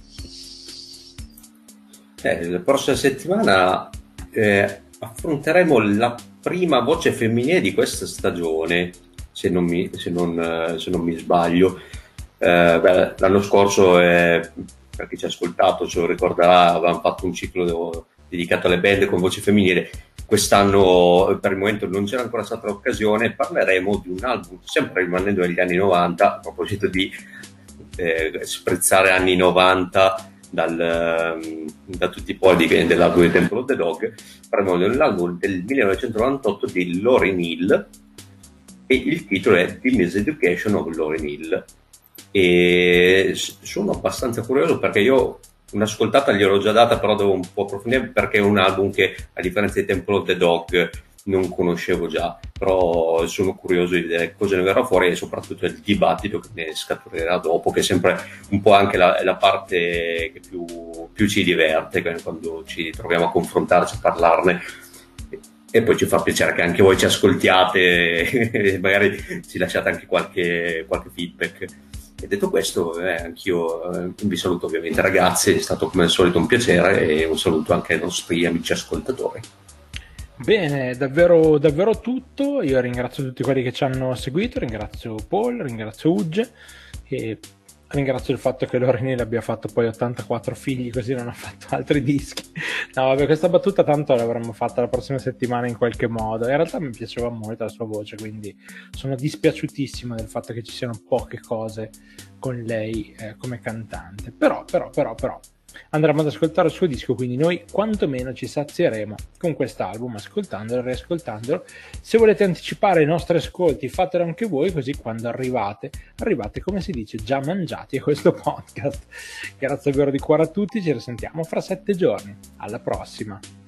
La prossima settimana affronteremo la prima voce femminile di questa stagione, se non mi sbaglio. L'anno scorso per chi ci ha ascoltato ce lo ricorderà, avevamo fatto un ciclo dedicato alle band con voce femminile. Quest'anno per il momento non c'era ancora stata l'occasione, parleremo di un album sempre rimanendo negli anni 90, a proposito di sprezzare anni 90 da tutti i poli dell'album di Temple of the Dog. Parleremo dell'album del 1998 di Lauryn Hill e il titolo è The Miseducation of Lauryn Hill. E sono abbastanza curioso perché io un'ascoltata gliel'ho già data, però devo un po' approfondire perché è un album che, a differenza di Temple of the Dog, non conoscevo già, però sono curioso di vedere cosa ne verrà fuori e soprattutto il dibattito che ne scaturirà dopo, che è sempre un po' anche la parte che più ci diverte quando ci troviamo a confrontarci, a parlarne. E poi ci fa piacere che anche voi ci ascoltiate e magari ci lasciate anche qualche feedback. E detto questo, anch'io vi saluto ovviamente ragazzi, è stato come al solito un piacere e un saluto anche ai nostri amici ascoltatori. Bene, davvero tutto. Io ringrazio tutti quelli che ci hanno seguito, ringrazio Paul, ringrazio Uge e ringrazio il fatto che Lorenì abbia fatto poi 84 figli, così non ha fatto altri dischi. No, vabbè, questa battuta tanto l'avremmo fatta la prossima settimana in qualche modo. In realtà mi piaceva molto la sua voce, quindi sono dispiaciutissimo del fatto che ci siano poche cose con lei come cantante. Però andremo ad ascoltare il suo disco, quindi noi quantomeno ci sazieremo con quest'album ascoltandolo e riascoltandolo. Se volete anticipare i nostri ascolti, fatelo anche voi, così quando arrivate come si dice già mangiati a questo podcast. Grazie davvero di cuore a tutti, ci risentiamo fra 7 giorni, alla prossima.